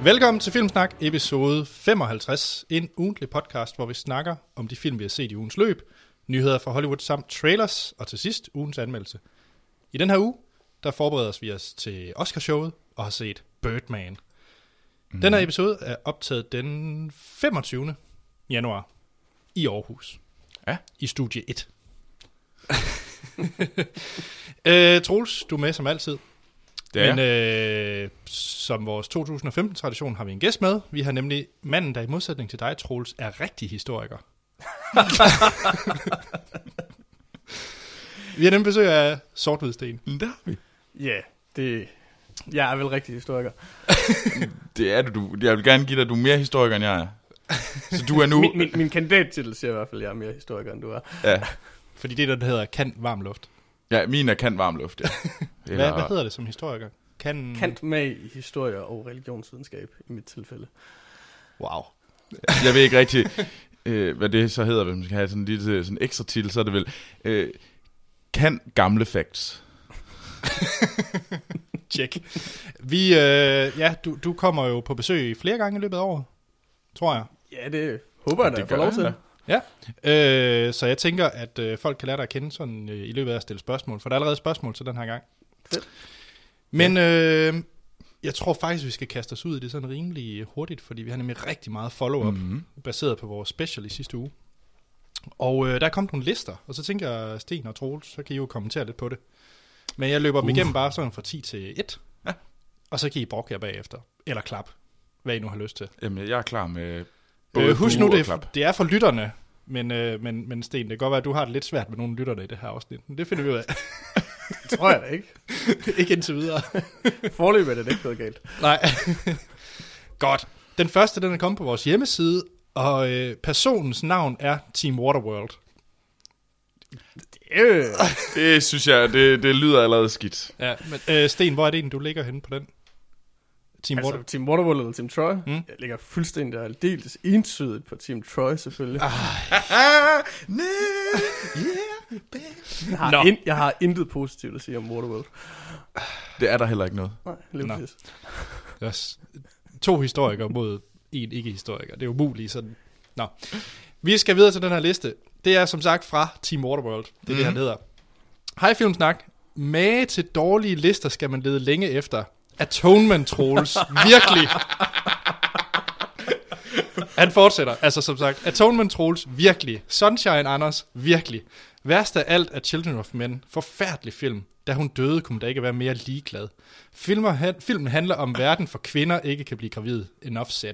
Velkommen til Filmsnak, episode 55. En ugentlig podcast, hvor vi snakker om de film, vi har set i ugens løb, nyheder fra Hollywood samt trailers, og til sidst ugens anmeldelse. I den her uge, der forbereder vi os til Oscarshowet og har set Birdman. Den her episode er optaget den 25. januar i Aarhus. Ja. I studie 1. Troels, du er med som altid. Men som vores 2015-tradition har vi en gæst med. Vi har nemlig manden, der i modsætning til dig, Troels, er rigtig historiker. Vi har nemlig besøg af Sort-Hvid-Sten. Der har vi. Ja, jeg er vel rigtig historiker. Det er du. Jeg vil gerne give dig, at du er mere historiker, end jeg er. Så du er nu... min kandidattitel siger i hvert fald, at jeg er mere historiker, end du er. Ja. Fordi det der hedder kant varm luft. Ja, min er kant varm luft, ja. Hvad hedder det som historiker? Kant med i historie og religionsvidenskab, i mit tilfælde. Wow. Jeg ved ikke rigtig, hvad det så hedder, hvis man skal have sådan en lille sådan ekstra titel, så er det vel kan gamle facts. Check. Du kommer jo på besøg flere gange i løbet af året, tror jeg. Ja, det håber jeg, at jeg får lov til. Ja, så jeg tænker, at folk kan lære dig at kende sådan i løbet af at stille spørgsmål, for der er allerede spørgsmål til den her gang. Fedt. Men jeg tror faktisk, vi skal kaste os ud i det sådan rimelig hurtigt, fordi vi har nemlig rigtig meget follow-up, baseret på vores special i sidste uge. Og der er kommet nogle lister, og så tænker jeg, Sten og Troels, så kan I jo kommentere lidt på det. Men jeg løber dem igennem bare sådan fra 10 til 1, og så kan I brokke jer bagefter, eller klap, hvad I nu har lyst til. Jamen, jeg er klar med... Husk nu, det er for lytterne, men Sten, det kan godt være, at du har det lidt svært med nogle lytterne i det her afsnit. Men det finder vi ud af. Det tror jeg da ikke. Ikke indtil videre. Forløb er det ikke gået galt. Nej. Godt. Den første, den er kommet på vores hjemmeside, og personens navn er Team Waterworld. Det synes jeg, det lyder allerede skidt. Ja, men Sten, hvor er det egentlig, du ligger henne på den? Team Waterworld eller Team Troy? Jeg ligger fuldstændig aldeles entydigt på Team Troy, selvfølgelig. Jeg har intet positivt at sige om Waterworld. Det er der heller ikke noget. Nej, lige præcis. Det er 2 historikere mod en ikke-historiker. Det er umuligt sådan. Nå. Vi skal videre til den her liste. Det er som sagt fra Team Waterworld. Det er det, han hedder. Hej Filmsnak. Mage til dårlige lister skal man lede længe efter. Atonement Troels. Virkelig. Han fortsætter. Altså som sagt. Atonement Troels. Virkelig. Sunshine Anders. Virkelig. Værst af alt er Children of Men. Forfærdelig film. Da hun døde, kunne man da ikke være mere ligeglad. Filmen handler om verden, for kvinder ikke kan blive gravid. Enough said.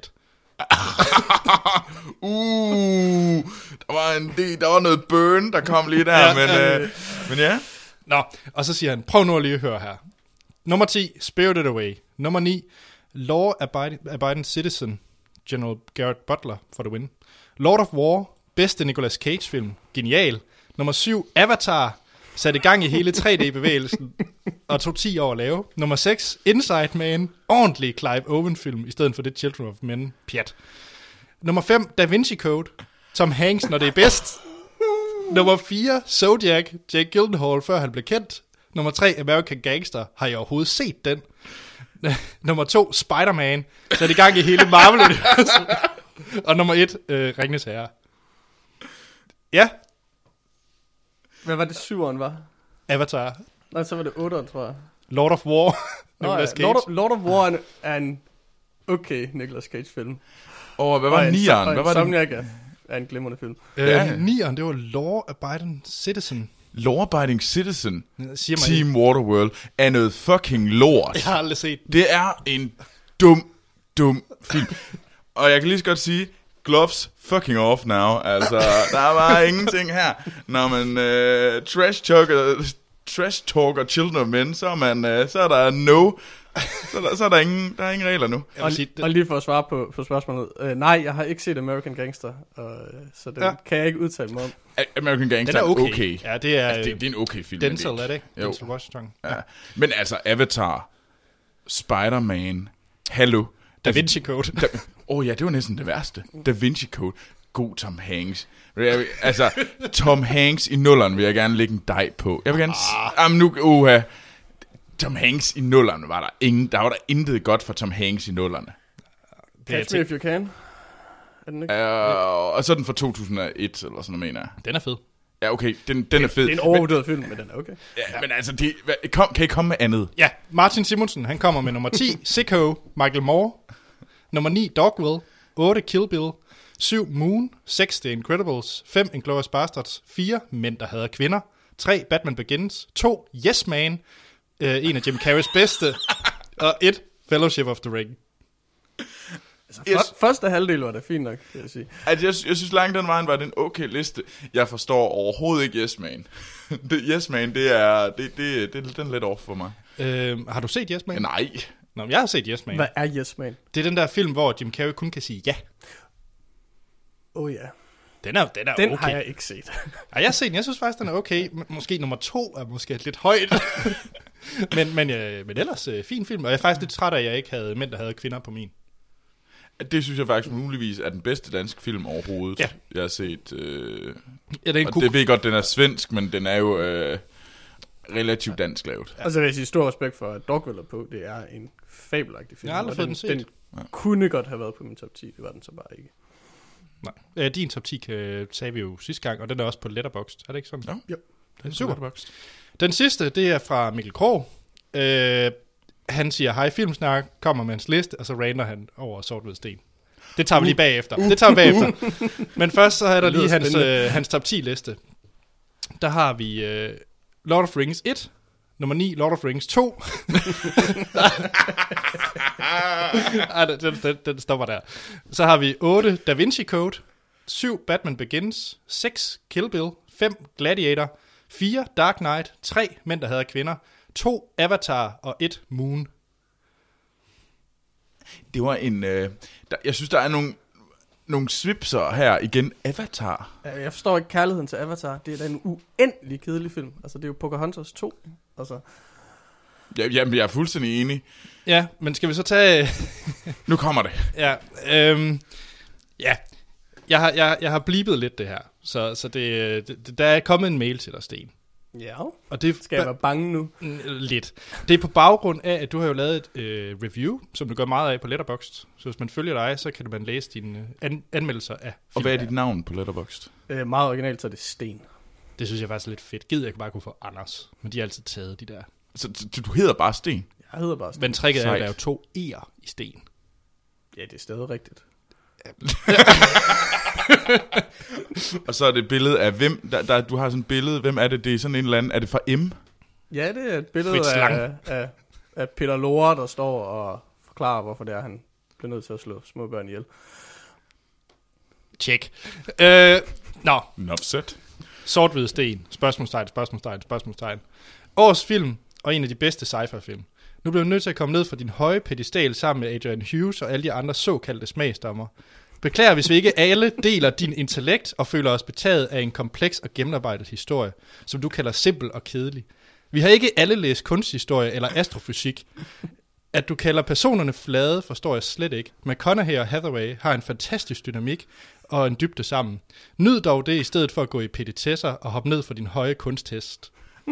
Der var noget burn, der kom lige der, men ja. Nå, og så siger han, prøv nu at lige høre her. Nummer 10, Spirited Away. Nummer 9, Law Abiding Citizen, General Garrett Butler for the win. Lord of War, bedste Nicolas Cage film, genial. Nummer 7, Avatar, satte i gang i hele 3D-bevægelsen, og tog 10 år at lave. Nummer 6, Inside Man, ordentlig Clive Owen-film, i stedet for det Children of Men, pjat. Nummer 5, Da Vinci Code, Tom Hanks, når det er bedst. Nummer 4, Zodiac, Jake Gyllenhaal, før han blev kendt. Nummer 3, American Gangster, har jeg overhovedet set den? Nummer 2, Spider-Man, satte i gang i hele Marvel-universet. Og nummer 1, Ringenes Herre. Ja. Hvad var det 7'eren, var? Avatar. Nej, så var det 8'eren, tror jeg. Lord of War. Lord of War er en okay Nicolas Cage film. Hvad var 9'eren? Hvad var det? Insomniac er en glimrende film. 9'eren, det var Law Abiding Citizen. Law Abiding Citizen, Team Waterworld, er noget fucking lort. Jeg har aldrig set den. Det er en dum film. Og jeg kan lige så godt sige, gloves fucking off now. Altså, der er bare ingenting her. Når man trash talker Children of Men, så er der no... Så er der ingen regler nu. Og lige for at svare på spørgsmålet. Nej, jeg har ikke set American Gangster, så den kan jeg ikke udtale mig om. American Gangster er okay. Ja, det er, altså, det er en okay film. Denzel, er det ikke? Denzel Washington. Ja. Men altså, Avatar, Spider-Man, Hallo. Da Vinci Code. Ja, det var næsten det værste. Da Vinci Code. God Tom Hanks. Altså, Tom Hanks i nulleren vil jeg gerne lægge en dej på. Jeg vil gerne... Tom Hanks i nullerne var der var der intet godt for Tom Hanks i nullerne. Catch Me If You Can. Er den ikke? Og så er den fra 2001, eller sådan noget, mener jeg. Den er fed. Ja, okay, den er fed. Det er en overvurderet film, men den er okay. Ja, men altså, kan I komme med andet? Ja, Martin Simonsen, han kommer med nummer 10, Sicko, Michael Moore. Nummer 9, Dogville. 8, Kill Bill. 7, Moon. 6, The Incredibles. 5, Inglourious Basterds. 4, Mænd, der hader kvinder. 3, Batman Begins. 2, Yes Man. En af Jim Carreys bedste. Og 1, Fellowship of the Ring. Altså, første halvdel var det fint nok, kan jeg sige. Jeg synes langt den vejen var det en okay liste. Jeg forstår overhovedet ikke Yes Man. Yes Man, det er den lidt off for mig. Har du set Yes Man? Nej. Nå, jeg har set Yes Man. Hvad er Yes Man? Det er den der film, hvor Jim Carrey kun kan sige ja. Ja. Den er Den okay. har jeg ikke set. Ja, jeg har set den. Jeg synes faktisk, den er okay. Måske nummer 2 er måske lidt højt. men ellers fin film. Og jeg er faktisk lidt træt af, at jeg ikke havde mænd, der havde kvinder på min. Det synes jeg faktisk muligvis er den bedste danske film overhovedet, ja. Jeg har set. Ja, det ved godt, den er svensk, men den er jo relativt dansk lavet. Ja. Altså, jeg vil sige stor respekt for, at Dogville er på. Det er en fabelagtig film. Jeg har aldrig fået den set. Den kunne godt have været på min top 10. Det var den så bare ikke. Nej. Din top 10 sagde vi jo sidste gang, og den er også på Letterboxd. Er det ikke sådan? Ja. Jo. Den er super. Den sidste, det er fra Mikkel Krog. Han siger, hej filmsnak, kommer med hans liste, og så rander han over Sort-Hvid Sten. Det tager vi lige bagefter. Men først så er der lige hans top 10 liste. Der har vi Lord of Rings 1, nummer 9, Lord of Rings 2. Den stopper der. Så har vi 8, Da Vinci Code, 7, Batman Begins, 6, Kill Bill, 5, Gladiator, 4, Dark Knight, 3, Mænd, der hader kvinder, 2, Avatar og 1, Moon. Det var en... jeg synes, der er nogle svipser her igen. Avatar. Jeg forstår ikke kærligheden til Avatar. Det er da en uendelig kedelig film. Altså, det er jo Pocahontas 2. Altså. Jamen, jeg er fuldstændig enig. Ja, men skal vi så tage... Nu kommer det. Ja, jeg har blibet lidt det her. Så der er kommet en mail til dig, Sten. Ja, og det skal jeg være bange nu? Lidt. Det er på baggrund af, at du har jo lavet et review, som du gør meget af på Letterboxd. Så hvis man følger dig, så kan man læse dine anmeldelser af film. Og hvad er dit navn på Letterboxd? Meget originalt, så er det Sten. Det synes jeg faktisk er lidt fedt. Gid jeg bare kunne få Anders, men de har altid taget de der. Så du hedder bare Sten? Jeg hedder bare Sten. Men tricket er, at der er jo 2 E'er i Sten. Ja, det er stadig rigtigt. Og så er det et billede af hvem, du har sådan et billede, hvem er det? Det er sådan en eller anden, er det fra M? Ja, det er et billede af Peter Lorre, der står og forklarer, hvorfor det er, han bliver nødt til at slå små børn ihjel. Tjek. Nå. Nopset. Sort-Hvid Sten. Spørgsmålstegn. Årets film, og en af de bedste sci-fi film. Nu bliver du nødt til at komme ned fra din høje pedestal sammen med Adrian Hughes og alle de andre såkaldte smagsdommer. Beklager, hvis vi ikke alle deler din intellekt og føler os betaget af en kompleks og gennemarbejdet historie, som du kalder simpel og kedelig. Vi har ikke alle læst kunsthistorie eller astrofysik. At du kalder personerne flade, forstår jeg slet ikke. McConaughey og Hathaway har en fantastisk dynamik og en dybde sammen. Nyd dog det i stedet for at gå i petitesser og hoppe ned fra din høje kunsthest.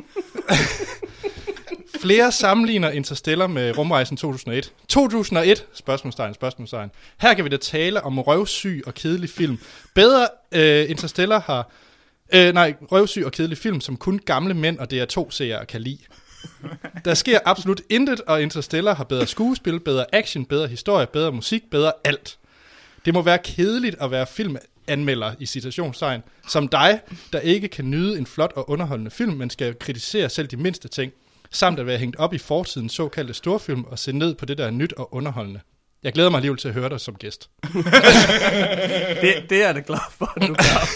Flere sammenligner Interstellar med Rumrejsen 2001. 2001? Spørgsmålstegn. Her kan vi da tale om røvsyg og kedelig film. Bedre Interstellar har... røvsyg og kedelig film, som kun gamle mænd og DR2-seere kan lide. Der sker absolut intet, og Interstellar har bedre skuespil, bedre action, bedre historie, bedre musik, bedre alt. Det må være kedeligt at være filmanmelder i citationstegn, som dig, der ikke kan nyde en flot og underholdende film, men skal kritisere selv de mindste ting, samt at være hængt op i fortidens såkaldte storfilm og se ned på det, der er nyt og underholdende. Jeg glæder mig alligevel til at høre dig som gæst. det er det glad for, at du gør.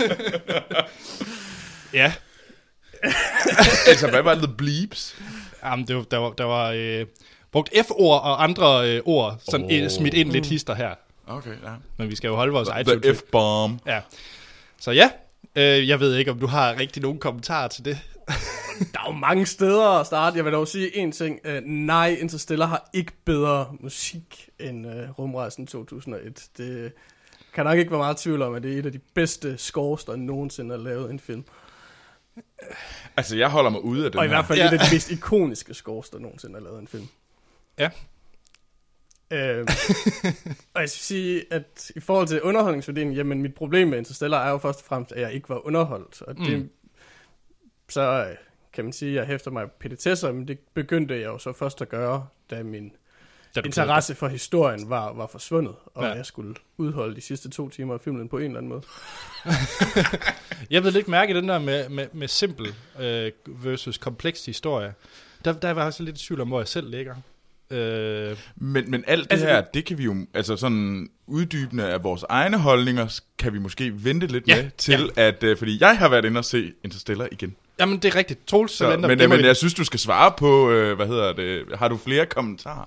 Ja. Altså, hvad var det bleeps? Jamen, der var brugt F-ord og andre ord, sådan smidt ind lidt hister her. Okay, ja. Men vi skal jo holde vores iTunes. The F-bomb. Ja. Så ja, jeg ved ikke, om du har rigtig nogen kommentarer til det. Der er jo mange steder at starte. Jeg vil dog sige en ting. Nej, Interstellar har ikke bedre musik end Rumrejsen 2001. Det kan nok ikke være meget tvivl om, at det er et af de bedste scores, der nogensinde er lavet en film. Altså, jeg holder mig ude af den og her. Og i hvert fald et af de mest ikoniske scores, der nogensinde er lavet en film. Ja. Og jeg skal sige, at i forhold til underholdningsværdien, jamen mit problem med Interstellar er jo først og fremmest, at jeg ikke var underholdt. Og det, så kan man sige, at jeg hæfter mig petitesser, men det begyndte jeg jo så først at gøre, da min interesse for historien var forsvundet, og jeg skulle udholde de sidste 2 timer af filmen på en eller anden måde. Jeg ved ikke mærke den der med simpel versus kompleks historie. Der var også lidt i tvivl om, hvor jeg selv ligger. Men alt det her, det kan vi jo, altså sådan uddybende af vores egne holdninger, kan vi måske vente lidt med til, at, fordi jeg har været inde og se Interstellar igen. Jamen, det er rigtigt. Troels, men jeg synes, du skal svare på, har du flere kommentarer?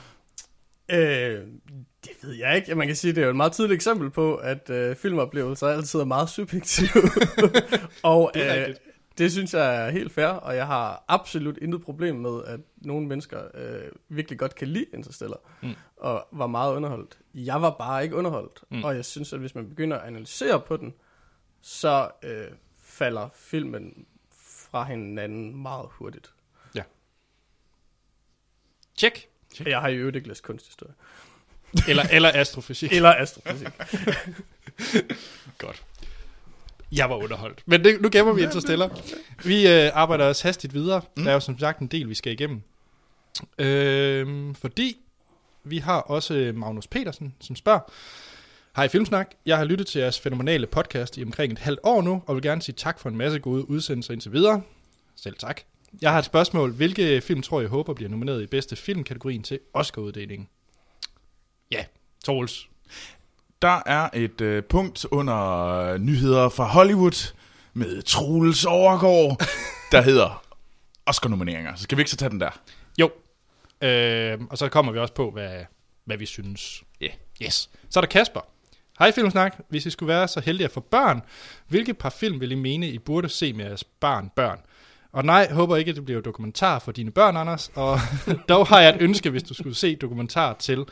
Det ved jeg ikke. Man kan sige, det er jo et meget tydeligt eksempel på, at filmoplevelser altid er meget subjektive. Og det synes jeg er helt fair, og jeg har absolut intet problem med, at nogle mennesker virkelig godt kan lide Interstellar, og var meget underholdt. Jeg var bare ikke underholdt, og jeg synes, at hvis man begynder at analysere på den, så falder filmen fra hinanden meget hurtigt. Ja. Check. Jeg har jo ikke læst kunsthistorie. Eller astrofysik. Eller astrofysik. Godt. Jeg var underholdt. Men nu gemmer vi Interstellar. Vi arbejder os hastigt videre. Der er jo som sagt en del, vi skal igennem. Fordi vi har også Magnus Petersen, som spørger: Hej Filmsnak, jeg har lyttet til jeres fænomenale podcast i omkring et halvt år nu, og vil gerne sige tak for en masse gode udsendelser indtil videre. Selv tak. Jeg har et spørgsmål. Hvilke film tror jeg håber bliver nomineret i bedste filmkategorien til Oscar-uddelingen? Ja, Troels. Der er et punkt under nyheder fra Hollywood med Troels Overgaard, der hedder Oscar-nomineringer. Så skal vi ikke så tage den der? Jo. Og så kommer vi også på, hvad vi synes. Yeah. Yes. Så er der Kasper. Hej Filmsnak. Hvis I skulle være så heldige at få børn, hvilke par film vil I mene, I burde se med jeres børn? Og nej, håber ikke, at det bliver dokumentar for dine børn, Anders. Og dog har jeg et ønske, hvis du skulle se en dokumentar til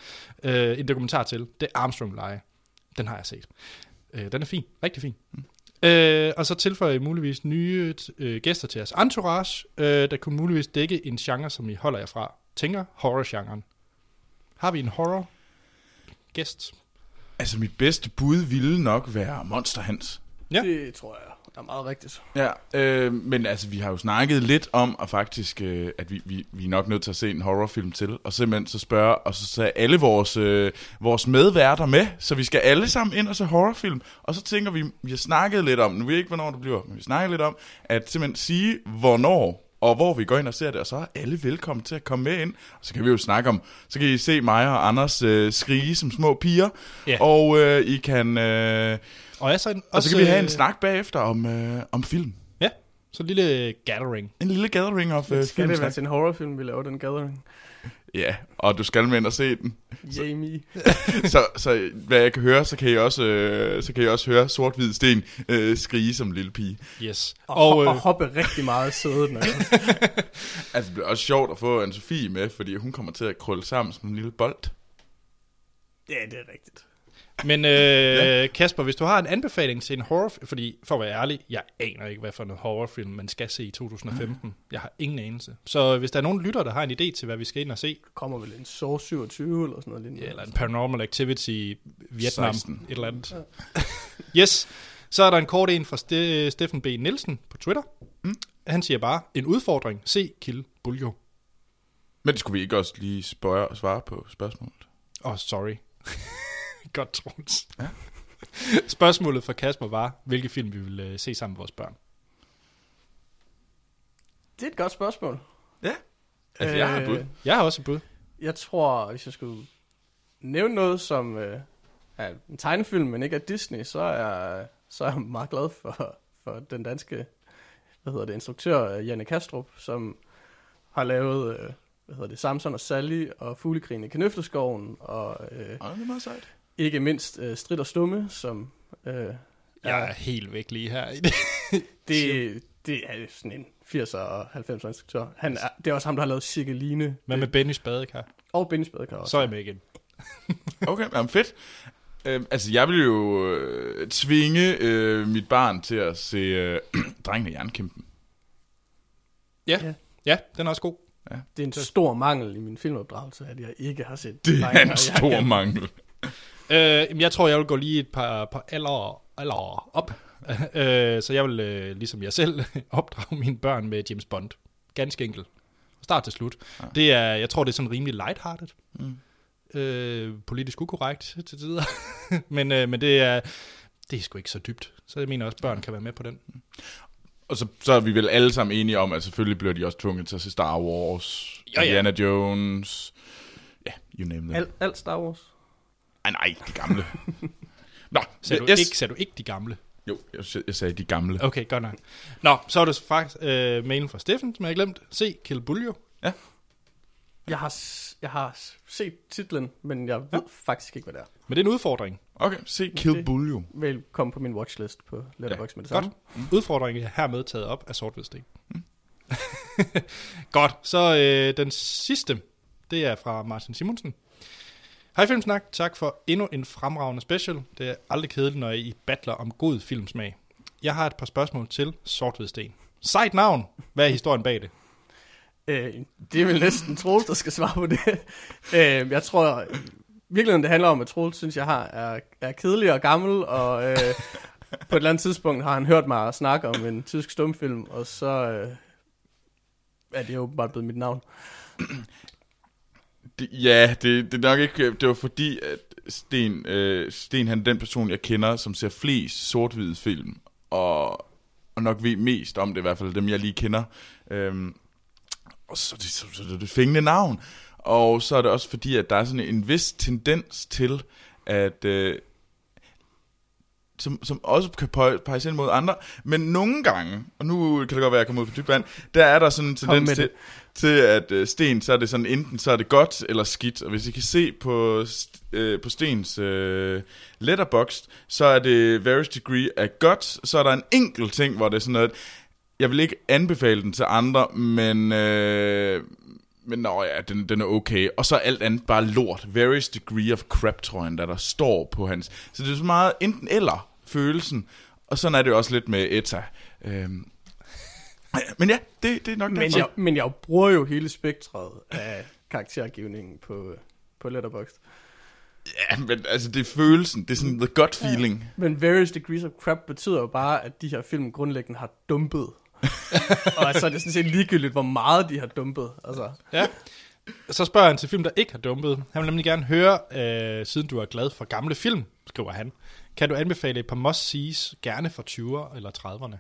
The Armstrong-lege. Den har jeg set. Den er fin. Rigtig fin. Og så tilføjer I muligvis nye gæster til jeres entourage, der kunne muligvis dække en genre, som I holder jer fra. Tænker horror-genren. Har vi en horror-gæst? Altså, mit bedste bud ville nok være Monster Hans. Ja. Det tror jeg er meget rigtigt. Ja, men altså, vi har jo snakket lidt om, at faktisk, at vi er nok nødt til at se en horrorfilm til, og simpelthen så spørge, og så tage alle vores medværter med, så vi skal alle sammen ind og se horrorfilm, og så tænker vi har snakket lidt om, nu ved jeg ikke, hvornår det bliver, men vi snakker lidt om, at simpelthen sige, hvornår og hvor vi går ind og ser det, og så er alle velkommen til at komme med ind. Og så kan vi jo snakke om, så kan I se mig og Anders skrige som små piger, og I kan... Og så kan vi have en snak bagefter om film. Ja, så en lille gathering. En lille gathering of film. Skal det være til en horrorfilm, vi laver den gathering? Ja, og du skal med ind og se den. Jamie. så hvad jeg kan høre, så kan I også høre Sort-Hvid Sten skrige som lille pige. Yes. Og hoppe rigtig meget sædet. Altså, det bliver også sjovt at få Anne-Sophie med, fordi hun kommer til at krølle sammen som en lille bold. Ja, det er rigtigt. Men Kasper, hvis du har en anbefaling til en horrorfilm, fordi for at være ærlig, jeg aner ikke, hvad for noget horrorfilm man skal se i 2015. Jeg har ingen anelse. Så hvis der er nogen lytter, der har en idé til, hvad vi skal ind og se. Kommer vel en Saw 27 eller sådan noget. Ja, eller en Paranormal Activity Vietnam, 16. et eller andet. Ja. Yes. Så er der en kort en fra Steffen B. Nielsen på Twitter. Han siger bare, en udfordring, se Kill Buljo. Men det skulle vi ikke også lige svare på spørgsmålet? Sorry. Godt, Troels. Ja. Spørgsmålet fra Kasper var, hvilke film vi vil se sammen med vores børn. Det er et godt spørgsmål. Ja. Altså, jeg har et bud. Jeg har også et bud. Jeg tror, hvis jeg skulle nævne noget, som er en tegnefilm, men ikke er Disney, så er jeg meget glad for den danske instruktør, Janne Kastrup, som har lavet Samson og Sally og Fuglekrigen i Kanøfleskoven, og det er meget sejt. Ikke mindst Strid og Stumme, som jeg er helt væk lige her i det. Det er sådan en 80'er og 90'er instruktør. Det er også ham, der har lavet Cirkeline. Hvad med Bennys Badekar? Og Bennys Badekar også. Så er jeg med igen. Okay, men fedt. Altså, jeg vil jo tvinge mit barn til at se Drengen af Jernkæmpen. Ja, den er også god. Det er en stor mangel i min filmopdragelse, at jeg ikke har set Det Lion er en King. stor mangel. Jeg tror, jeg vil gå lige et par alder op. Så jeg vil, ligesom jeg selv, opdrage mine børn med James Bond. Ganske enkelt. Start til slut. Ja. Jeg tror, det er sådan rimelig lighthearted. Politisk ukorrekt til tider. men det er sgu ikke så dybt. Så jeg mener også, at børn kan være med på den. Og så er vi vel alle sammen enige om, at selvfølgelig bliver de også tvunget til at se Star Wars, Indiana Jones, you name them. Alt Star Wars? Nej, de gamle. Nå, Sagde du ikke de gamle? Jo, jeg sagde de gamle. Okay, godt nok. Nå, så er det faktisk mailen fra Steffen, som jeg har glemt. Se Kill Bill jo. Ja. Jeg har set titlen, men jeg ved faktisk ikke, hvad det er. Men det er en udfordring. Okay, se Kill Bill jo. Vil komme på min watchlist på Letterboxd med det samme. Godt. Udfordringen er hermed taget op af Sort-Hvid Sten. Godt, så den sidste, det er fra Martin Simonsen. Hej Filmsnak, tak for endnu en fremragende special. Det er aldrig kedeligt, når I battler om god filmsmag. Jeg har et par spørgsmål til Sort-Hvid Sten. Sejt navn. Hvad er historien bag det? Det er vel næsten Troels, der skal svare på det. Jeg tror virkelig, det handler om, at Troels synes, jeg er kedelig og gammel, og på et eller andet tidspunkt har han hørt mig snakke om en tysk stumfilm, og så er det jo bare blevet mit navn. Det er nok ikke. Det var fordi, at Sten han er den person, jeg kender, som ser flest sort-hvide film, og nok ved mest om det, i hvert fald dem, jeg lige kender. Og så er det fængende navn. Og så er det også fordi, at der er sådan en vis tendens til, at som også kan peges ind mod andre, men nogle gange, og nu kan det godt være, at jeg kommer ud på dybt vand, der er der sådan en tendens til at Sten, så er det sådan, enten så er det godt eller skidt, og hvis I kan se på Stens Letterboxd, så er det various degree af godt, så er der en enkelt ting, hvor det er sådan noget, jeg vil ikke anbefale den til andre, men den er okay. Og så er alt andet bare lort. Various degree of crap, tror jeg, der står på hans. Så det er så meget enten eller følelsen. Og sådan er det jo også lidt med Etta. Men ja, det er nok det. Men jeg bruger jo hele spektret af karaktergivningen på Letterboxd. Ja, men altså det er følelsen. Det er sådan the gut feeling. Ja, men various degrees of crap betyder jo bare, at de her film grundlæggende har dumpet. Og så er det sådan set ligegyldigt, hvor meget de har dumpet. Altså. Ja. Så spørger han til film, der ikke har dumpet. Han vil nemlig gerne høre, siden du er glad for gamle film, skriver han. Kan du anbefale et par must-sees, gerne fra 20'erne eller 30'erne?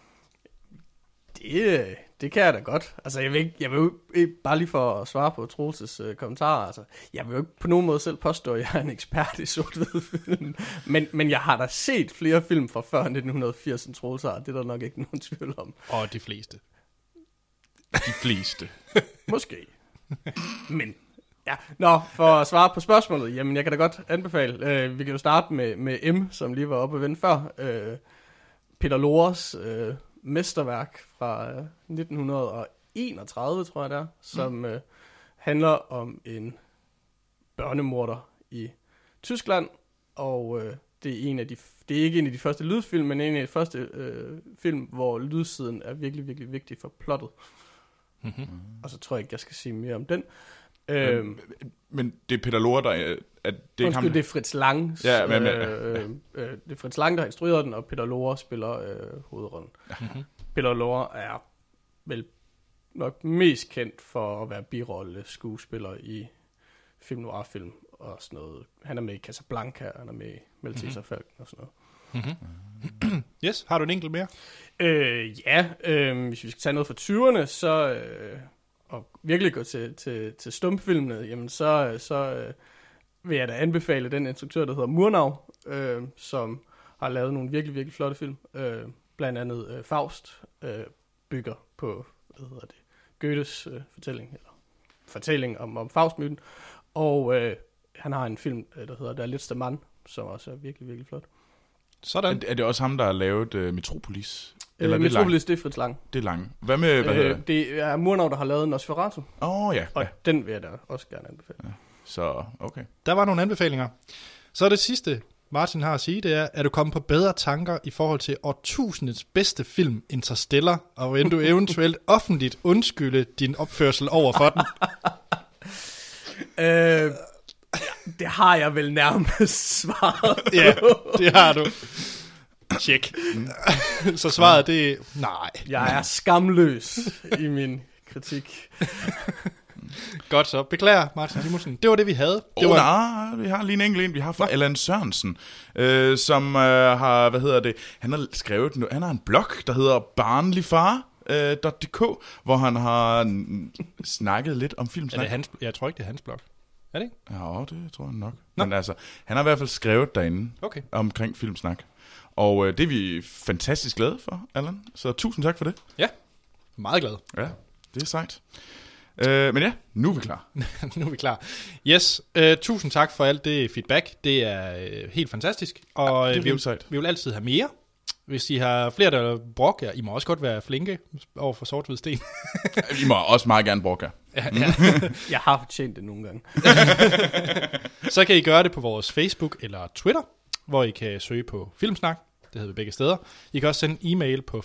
Det kan jeg da godt. Altså, jeg vil jo ikke, bare lige for at svare på Troels' kommentarer, altså, jeg vil jo ikke på nogen måde selv påstå, at jeg er en ekspert i sort-hvid film, men jeg har da set flere film fra før 1980 end Troels har, det er der nok ikke nogen tvivl om. Og de fleste. De fleste. Måske. Men, ja. Nå, for at svare på spørgsmålet, jamen, jeg kan da godt anbefale, vi kan jo starte med M, som lige var oppe og vende før, Peter Lorres mesterværk fra 1931, tror jeg det er, som handler om en børnemorder i Tyskland, og det er ikke en af de første lydfilm, men en af de første film, hvor lydsiden er virkelig, virkelig vigtig for plottet. Mm-hmm. Og så tror jeg ikke, jeg skal sige mere om den. Men det er Peter Lorre, der det er Fritz Lang. Ja, det er Fritz Lang, der har instrueret den, og Peter Lorre spiller hovedrollen. Mm-hmm. Peter Lorre er vel nok mest kendt for at være birolle skuespiller i film noir-film og sådan noget. Han er med i Casablanca, han er med i Malteser Falken og sådan noget. Mm-hmm. Yes, har du en enkelt mere? Hvis vi skal tage noget fra 20'erne, så og virkelig gå til stumfilmene, jamen så vil jeg da anbefale den instruktør, der hedder Murnau, som har lavet nogle virkelig, virkelig flotte film. Blandt andet Faust bygger på, Goethes fortælling om Faustmyten. Og han har en film, der hedder Der letzte Mann, som også er virkelig, virkelig flot. Sådan. Er det også ham, der har lavet Metropolis? Eller Metropolis, det er Fritz Lang. Det er Lang. Hvad med, det er Murnau, der har lavet Nosferatu. Ja. Og den vil jeg da også gerne anbefale. Ja. Så, okay. Der var nogle anbefalinger. Så er det sidste Martin har at sige, det er du kommet på bedre tanker i forhold til årtusindets bedste film, Interstellar, og vil du eventuelt offentligt undskylde din opførsel over for den? Det har jeg vel nærmest svaret på. Ja, det har du. Tjek. Så svaret det er nej. Jeg er skamløs i min kritik. Godt så. Beklager, Martin Simonsen. Det var det, vi havde. Vi har lige en enkelt en. Vi har fra Allan Sørensen, som har, han har skrevet, han har en blog, der hedder barnligfar.dk, hvor han har snakket lidt om filmsnak. Jeg tror ikke, det er hans blog. Er det ikke? Ja, det tror jeg nok. Nå. Men altså, han har i hvert fald skrevet derinde omkring filmsnak. Og det er vi fantastisk glade for, Allan. Så tusind tak for det. Ja, meget glad. Ja, det er sejt. Men ja, nu er vi klar. Nu er vi klar. Yes, tusind tak for alt det feedback. Det er helt fantastisk. Og det er vi vil altid have mere. Hvis I har flere, der brokker, I må også godt være flinke over for sort-hvid sten. I må også meget gerne brokke. Ja. Jeg har fortjent det nogle gange. Så kan I gøre det på vores Facebook eller Twitter, hvor I kan søge på Filmsnak. Det hedder vi begge steder. I kan også sende en e-mail på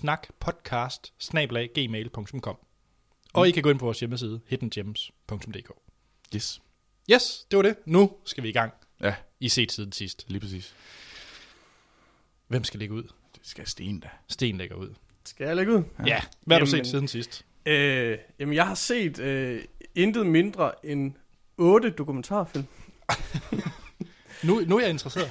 filmsnakpodcast@gmail.com. Og I kan gå ind på vores hjemmeside, hiddengems.dk. Yes, det var det. Nu skal vi i gang. Ja. I set siden sidst. Lige præcis. Hvem skal lægge ud? Det skal Sten da. Sten lægger ud. Skal jeg lægge ud? Ja. Hvad har du set siden sidst? Jamen, jeg har set intet mindre end 8 dokumentarfilm. Nu er jeg interesseret.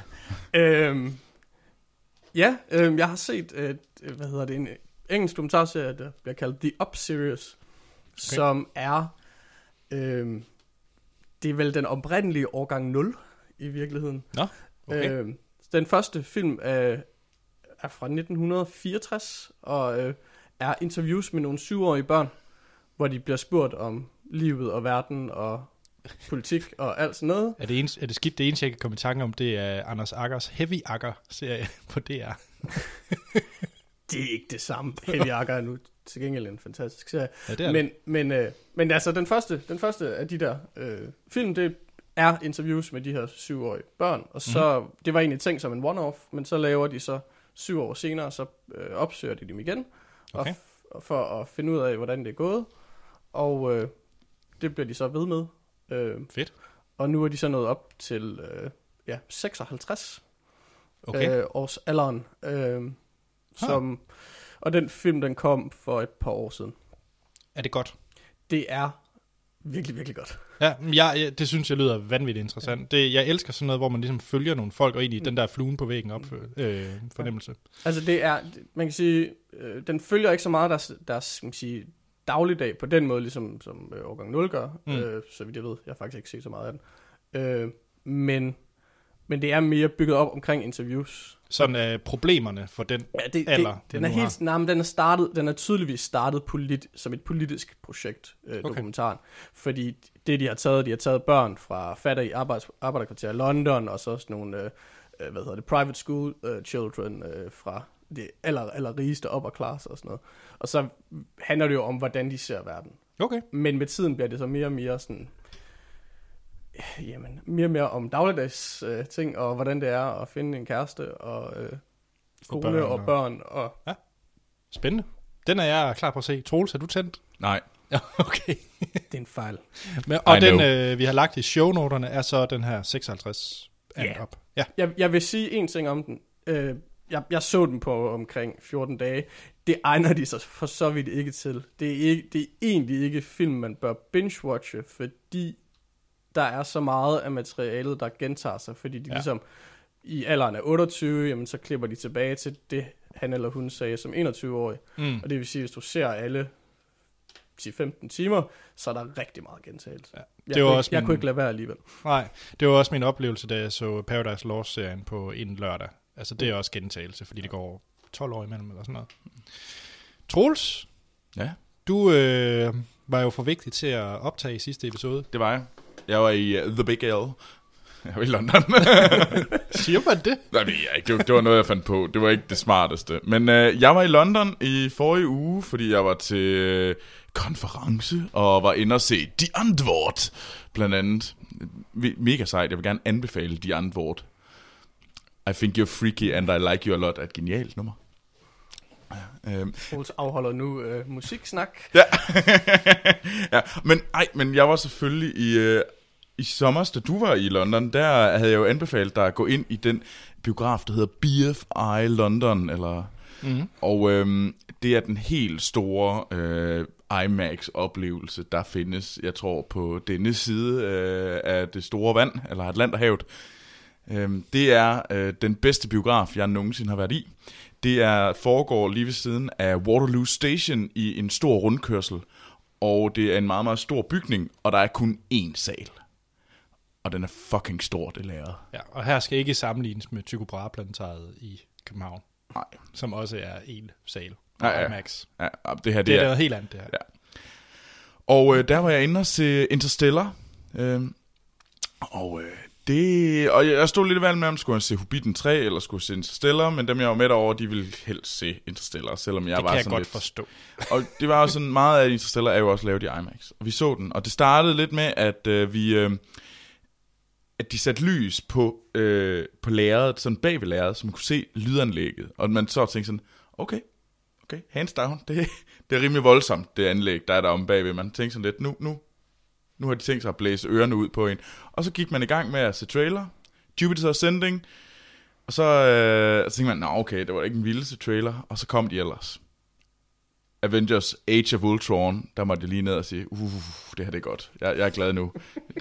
Jeg har set, en engelsk dokumentarserie, der bliver kaldt The Up Series, som er, det er vel den oprindelige årgang 0 i virkeligheden. Nå, okay. Den første film er fra 1964, og er interviews med nogle 7-årige børn, hvor de bliver spurgt om livet og verden og politik og alt sådan noget. Er det skidt? Det eneste, jeg kan komme i tanke om, det er Anders Aggers Heavy Agger-serie på DR. Det er ikke det samme. Heavy Agger er nu til gengæld en fantastisk serie. Ja, det er men altså, den første af de der film, det er interviews med de her 7-årige børn, og så, det var egentlig tænkt som en one-off, men så laver de så 7 år senere, så opsøger de dem igen, og for at finde ud af, hvordan det er gået, og det bliver de så ved med. Fedt. Og nu er de så nået op til 56 års alderen, og den film, den kom for et par år siden. Er det godt? Det er virkelig, virkelig godt. Ja, det synes jeg lyder vanvittigt interessant. Jeg elsker sådan noget, hvor man ligesom følger nogle folk, og egentlig den der fluen på væggen fornemmelse. Altså det er, man kan sige, den følger ikke så meget deres man kan sige, dagligdag på den måde, ligesom som årgang 0 gør, så vidt jeg ved. Jeg har faktisk ikke set så meget af den. Men det er mere bygget op omkring interviews. Sådan problemerne for den alder. Den er tydeligvis startet som et politisk projekt, dokumentaren. Fordi det, de har taget børn fra fattige arbejderkvarterer i London, og så sådan nogle, private school children fra det aller rigeste upper class og sådan noget. Og så handler det jo om, hvordan de ser verden. Okay. Men med tiden bliver det så mere og mere sådan, mere og mere om dagligdags ting, og hvordan det er at finde en kæreste, og skole og børn. Og ja, spændende. Den er jeg klar på at se. Troels, er du tændt? Nej. Ja, okay. Det er en fejl. Og den, vi har lagt i shownoterne, er så den her 56 op. Ja. Jeg vil sige en ting om den. Jeg så den på omkring 14 dage. Det egner de sig for så vidt ikke til. Det er egentlig ikke film, man bør binge-watche, fordi der er så meget af materialet, der gentager sig, fordi de ligesom i alderen af 28, jamen så klipper de tilbage til det, han eller hun sagde som 21-årig. Og det vil sige, hvis du ser alle 10-15 timer, så er der rigtig meget gentagelse. Ja. Jeg kunne ikke lade være alligevel. Nej, det var også min oplevelse, da jeg så Paradise Lost-serien på en lørdag. Altså det er også gentagelse, fordi det går 12 år imellem eller sådan noget. Troels? Ja? Du var jo for vigtig til at optage i sidste episode. Det var jeg. Jeg var i The Big L. Jeg var i London. Siger man det? Nej, det var noget, jeg fandt på. Det var ikke det smarteste. Men jeg var i London i forrige uge, fordi jeg var til konference og var inde og se Die Antwoord, blandt andet. Mega sejt. Jeg vil gerne anbefale Die Antwoord. I Think You're Freaky and I Like You A Lot er et genialt nummer. Troels afholder nu musiksnak. Ja. Ja, men jeg var selvfølgelig i sommer, da du var i London, der havde jeg jo anbefalet dig at gå ind i den biograf, der hedder BFI London, eller... Og det er den helt store IMAX-oplevelse, der findes, jeg tror, på denne side af det store vand, eller Atlanterhavet. Det er den bedste biograf, jeg nogensinde har været i. Det foregår lige ved siden af Waterloo Station i en stor rundkørsel, og det er en meget, meget stor bygning, og der er kun én sal. Og den er fucking stor, det lærred. Ja, og her skal ikke sammenlignes med Tycho Brahe-planetariet i København. Nej. Som også er en sal. Ja. IMAX. Ja, det her, det er noget helt andet, det her. Ja. Og der var jeg inde og se Interstellar. Og jeg stod lidt i valg med, om skulle jeg se Hobbiten 3, eller skulle jeg se Interstellar, men dem jeg var med derovre, de ville helst se Interstellar, selvom jeg var sådan lidt... Det kan jeg godt forstå. Og det var jo sådan, meget af Interstellar er jo også lavet i IMAX. Og vi så den, og det startede lidt med, at at de satte lys på lærredet, sådan bag ved lærredet, så man kunne se lydanlægget. Og man så tænkte sådan, okay, hands down, det er rimelig voldsomt, det anlæg, der er der om bagved. Man tænkte sådan lidt, nu har de tænkt sig at blæse ørerne ud på en. Og så gik man i gang med at se trailer, Jupiter Ascending, og så tænkte man, okay, det var ikke en vildeste trailer, og så kom de ellers. Avengers Age of Ultron, der måtte jeg lige ned og sige, det her det er godt, jeg er glad nu.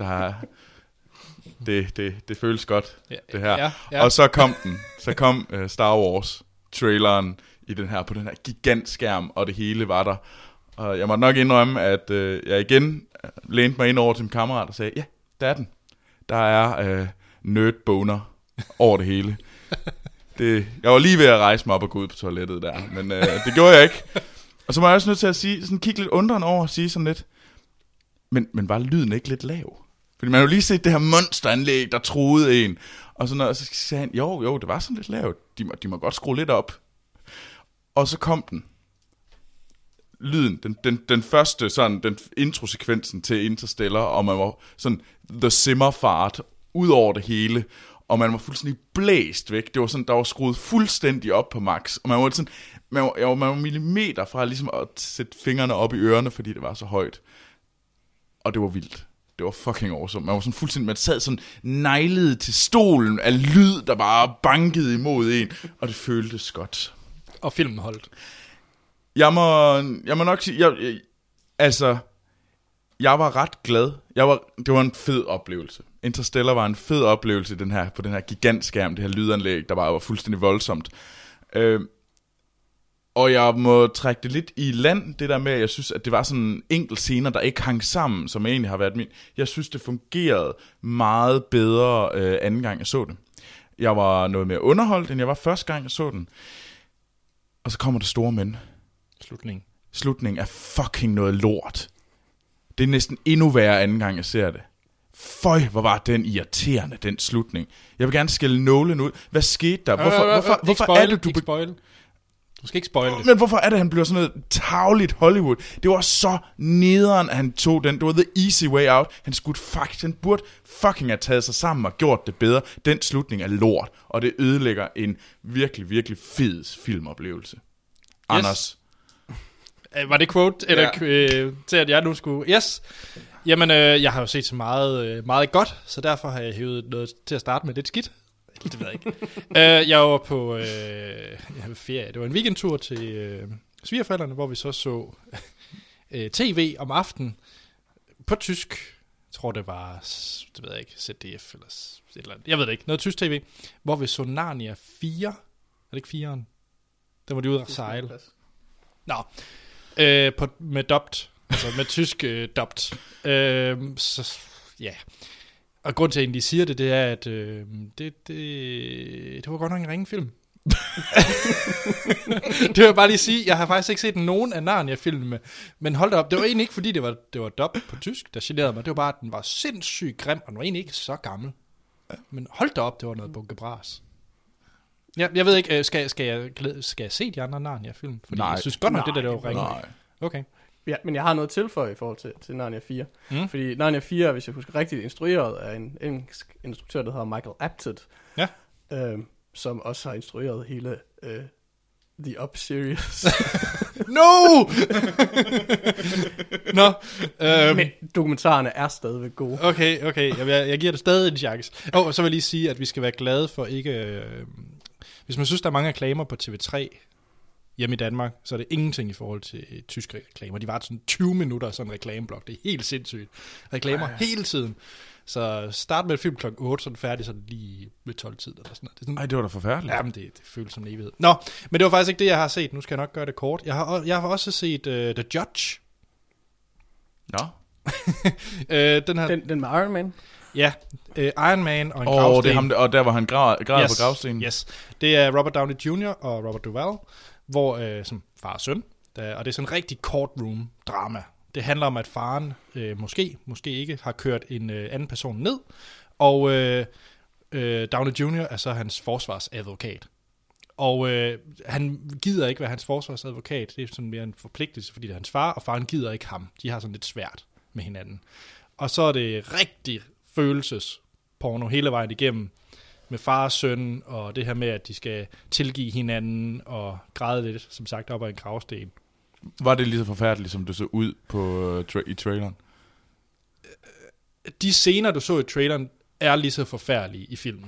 Det føles godt, det her. Ja. Og så kom Star Wars traileren på den her gigantskærm, og det hele var der. Og jeg måtte nok indrømme, at jeg igen lænede mig ind over til min kammerat og sagde, ja, der er den. Der er nerdboner over det hele. Jeg var lige ved at rejse mig op og gå ud på toilettet der, men det gjorde jeg ikke. Og så var jeg også nødt til at sige, sådan kigge lidt undrende over og sige sådan lidt, men var lyden ikke lidt lav? Fordi man har jo lige set det her monsteranlæg, der truede en. Og så sagde han, jo, det var sådan lidt lavt. De må godt skrue lidt op. Og så kom den. Lyden, den første, sådan, den introsekvensen til Interstellar, og man var sådan, the simmerfart, ud over det hele, og man var fuldstændig blæst væk. Det var sådan, der var skruet fuldstændig op på max, og man var sådan, man var millimeter fra ligesom at sætte fingrene op i ørerne, fordi det var så højt. Og det var vildt. Det var fucking awesome. Man var sådan fuldstændig, man sad sådan neglet til stolen af lyd, der bare bankede imod en, og det føltes godt. Og filmen holdt. Jeg må nok sige, jeg var ret glad. Det var en fed oplevelse. Interstellar var en fed oplevelse på den her gigantskærm, det her lydanlæg, der bare var fuldstændig voldsomt. Og jeg må trække det lidt i land, det der med, at jeg synes, at det var sådan enkelt scener, der ikke hang sammen, som egentlig har været min. Jeg synes, det fungerede meget bedre anden gang, jeg så det. Jeg var noget mere underholdt, end jeg var første gang, jeg så den. Og så kommer det store men. Slutningen er fucking noget lort. Det er næsten endnu værre anden gang, jeg ser det. Føj, hvor var den irriterende, den slutning. Jeg vil gerne skælde nålen ud. Hvad skete der? Hvorfor er det, du... Du skal ikke spoile det. Men hvorfor er det, han bliver sådan noget tarveligt Hollywood? Det var så nederen, at han tog den. Det var the easy way out. Han burde fucking have taget sig sammen og gjort det bedre. Den slutning er lort, og det ødelægger en virkelig, virkelig fed filmoplevelse. Yes. Anders? Var det quote, eller til at jeg nu skulle... Yes. Jamen, jeg har jo set så meget, meget godt, så derfor har jeg hævet noget til at starte med lidt skidt. Det ved jeg ikke. Jeg var på ferie. Det var en weekendtur til svigerforældrene, hvor vi så tv om aftenen på tysk. Jeg tror, det var, det ved jeg ikke, ZDF eller et eller andet. Jeg ved det ikke. Noget tysk tv, hvor vi så Narnia 4. Er det ikke 4'eren? Der var de ude at sejle. Nå. Med dubbed. Altså med tysk dubbed. Så ja. Og grund til, at de siger det er, at det var godt nok en ringefilm. Det vil jeg bare lige sige. Jeg har faktisk ikke set nogen af Narnia-filmene. Men hold da op, det var egentlig ikke, fordi det var dubbed på tysk, der generede mig. Det var bare, at den var sindssygt grim, og den var egentlig ikke så gammel. Men hold da op, det var noget bunkebras. Ja, jeg ved ikke, skal jeg se de andre Narnia-film? Fordi jeg synes godt nok, det var ringe. Okay. Ja, men jeg har noget tilføje i forhold til Narnia 4. Fordi Narnia 4, hvis jeg husker rigtigt, instrueret af en engelsk instruktør, der hedder Michael Apted. Ja. som også har instrueret hele The Up series. No! Nå. Men dokumentarerne er stadigvæk gode. Okay. Jeg giver det stadig en chance. Og så vil jeg lige sige, at vi skal være glade for ikke... hvis man synes, der er mange reklamer på TV3 hjemme i Danmark, så er det ingenting i forhold til tyske reklamer. De var sådan 20 minutter, sådan en reklameblok. Det er helt sindssygt. Reklamer hele tiden. Så start med et film klokken 8, så er den færdig sådan lige ved 12-tid eller sådan noget. Det er sådan, det var da forfærdeligt. Jamen, det føles som en evighed. Nå, men det var faktisk ikke det, jeg har set. Nu skal jeg nok gøre det kort. Jeg har også set The Judge. Nå. Den med Iron Man? Ja, Iron Man og en gravsten. Det er ham, og der var han græd på gravstenen. Yes, det er Robert Downey Jr. og Robert Duvall, hvor som far og søn, og det er sådan en rigtig courtroom-drama. Det handler om, at faren måske ikke har kørt en anden person ned, og Downey Jr. er så hans forsvarsadvokat. Og han gider ikke være hans forsvarsadvokat. Det er sådan mere en forpligtelse, fordi det er hans far, og faren gider ikke ham. De har sådan lidt svært med hinanden. Og så er det rigtig følelsesporno hele vejen igennem med far og søn, og det her med, at de skal tilgive hinanden og græde lidt, som sagt, op ad en gravsten. Var det lige så forfærdeligt, som det så ud i traileren? De scener, du så i traileren, er lige så forfærdelige i filmen.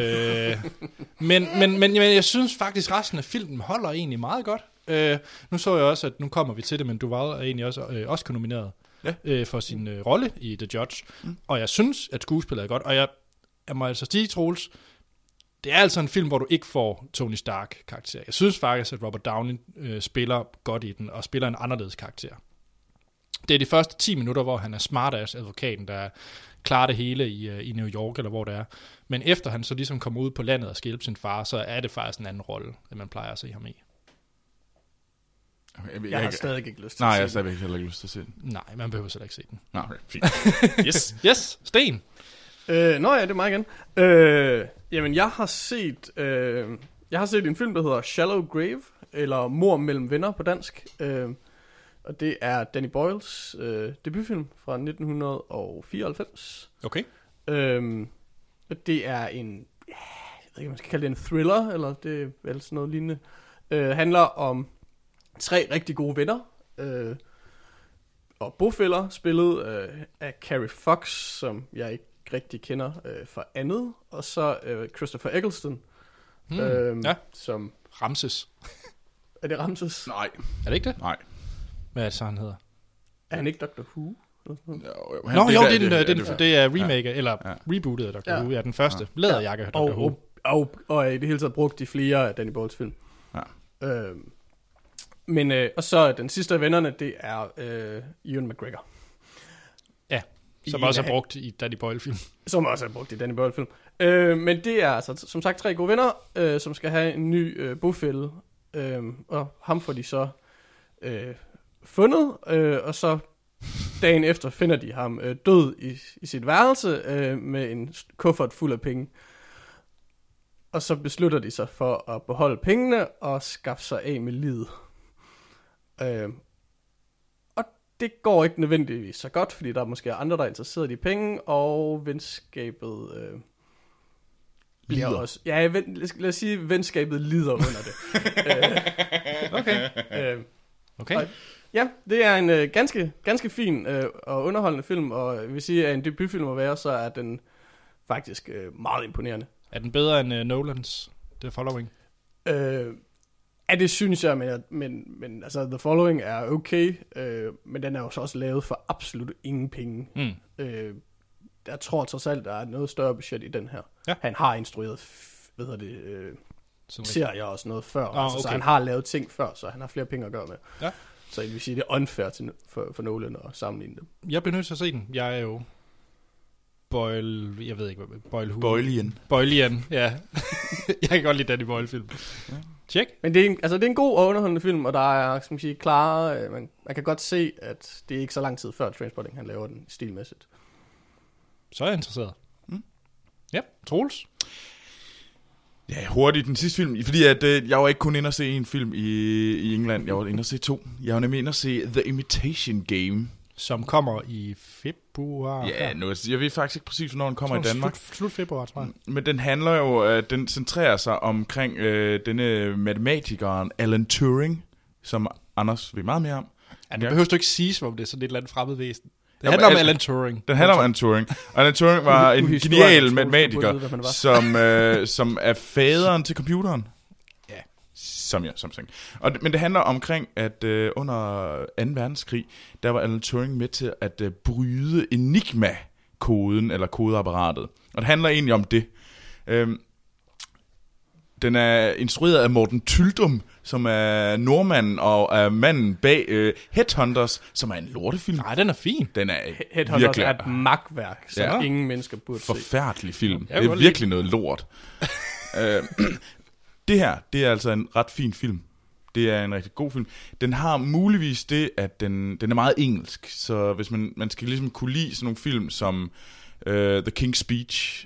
Men jeg synes faktisk, resten af filmen holder egentlig meget godt. Nu så jeg også, at nu kommer vi til det, men Duvall er egentlig også Oscar-nomineret for sin rolle i The Judge. Og jeg synes, at skuespillet er godt. Og jeg må altså sige, Troels, det er altså en film, hvor du ikke får Tony Stark-karakter. Jeg synes faktisk, at Robert Downey spiller godt i den, og spiller en anderledes karakter. Det er de første 10 minutter, hvor han er smartass-advokaten, der klarer det hele i New York, eller hvor det er. Men efter han så ligesom kommer ud på landet og skal hjælpe sin far, så er det faktisk en anden rolle, end man plejer at se ham i. Okay, jeg har stadig ikke lyst til at se den. Nej, jeg har stadig heller ikke lyst til at se den. Nej, man behøver slet ikke se den. Nej, fint. Yes, Sten. Det er mig igen. Jamen, jeg har set en film, der hedder Shallow Grave, eller Mord mellem venner på dansk. Og det er Danny Boyles debutfilm fra 1994. Okay. Og det er en, jeg ved ikke, man skal kalde det en thriller, eller det er vel sådan noget lignende. Handler om 3 rigtig gode venner, og bofæller, spillet af Carrie Fox, som jeg ikke rigtig kender fra andet, og så Christopher Eccleston, som... Ramses. Er det Ramses? Nej. Er det ikke det? Nej. Hvad er det så, han hedder? Er han ikke Dr. Who? Det er remake, eller rebootet af Dr. Who, den første. Læderjakke af Dr. Who. Og i det hele taget brugt i flere af Danny Boyles film. Ja. Og så den sidste af vennerne, det er Ewan McGregor. Ja, som også er brugt i Danny Boyle-film. Som også er brugt i Danny Boyle-film. Men det er altså, som sagt, 3 gode venner, som skal have en ny bofælle. Og ham får de så fundet, og så dagen efter finder de ham død i sit værelse med en kuffert fuld af penge. Og så beslutter de sig for at beholde pengene og skaffe sig af med livet. Og det går ikke nødvendigvis så godt, fordi der er måske andre, der er interesseret i penge, og venskabet bliver også... Ja, lad os sige, venskabet lider under det. Okay. Og, ja, det er en ganske fin og underholdende film, og jeg vil sige, at en debutfilm at være, så er den faktisk meget imponerende. Er den bedre end Nolans The Following? Ja, det synes jeg, men altså, The Following er okay, men den er jo så også lavet for absolut ingen penge. Jeg tror trods alt, der er noget større budget i den her. Ja. Han har instrueret, serier og sådan noget før, så han har lavet ting før, så han har flere penge at gøre med. Ja. Så jeg vil sige, det er unfair for Nolan at sammenligne dem. Jeg bliver nødt til at se den. Jeg er jo Boylian, ja. Jeg kan godt lide Danny Boyle-film. Ja. Check. Men det er en god og underholdende film, og der er, skal man sige, klare... Man kan godt se, at det er ikke så lang tid før Trainspotting, han laver den stilmæssigt. Så er jeg interesseret. Ja, Troels? Ja, hurtigt den sidste film, fordi at, jeg var ikke kun inde at se en film i England, jeg var inde at se 2. Jeg var nemlig inde at se The Imitation Game. som kommer i februar. Ja, nu, jeg ved faktisk ikke præcis, hvornår den kommer i Danmark. Slut februar, tror jeg. Men den handler jo, den centrerer sig omkring denne matematikeren Alan Turing, som Anders ved meget mere om. Ja, det behøver du ikke sige, som om det er sådan et eller andet fremmedvæsen. Det Jo, handler om Alan Turing. Den handler om Alan Turing. Og Alan Turing var en genial matematiker, som er faderen til computeren. Ja. Som ting. Men det handler omkring, at under 2. verdenskrig, der var Alan Turing med til at bryde Enigma-koden, eller kodeapparatet. Og det handler egentlig om det. Den er instrueret af Morten Tyldum, som er nordmanden og er manden bag Headhunters, som er en lortefilm. Nej, den er fin. Den er Headhunters virkelig er et magtværk, som ingen mennesker burde se. Forfærdelig film. Ja, det er virkelig noget lort. Det her, det er altså en ret fin film. Det er en rigtig god film. Den har muligvis det, at den er meget engelsk. Så hvis man skal ligesom kunne lide sådan nogle film som The King's Speech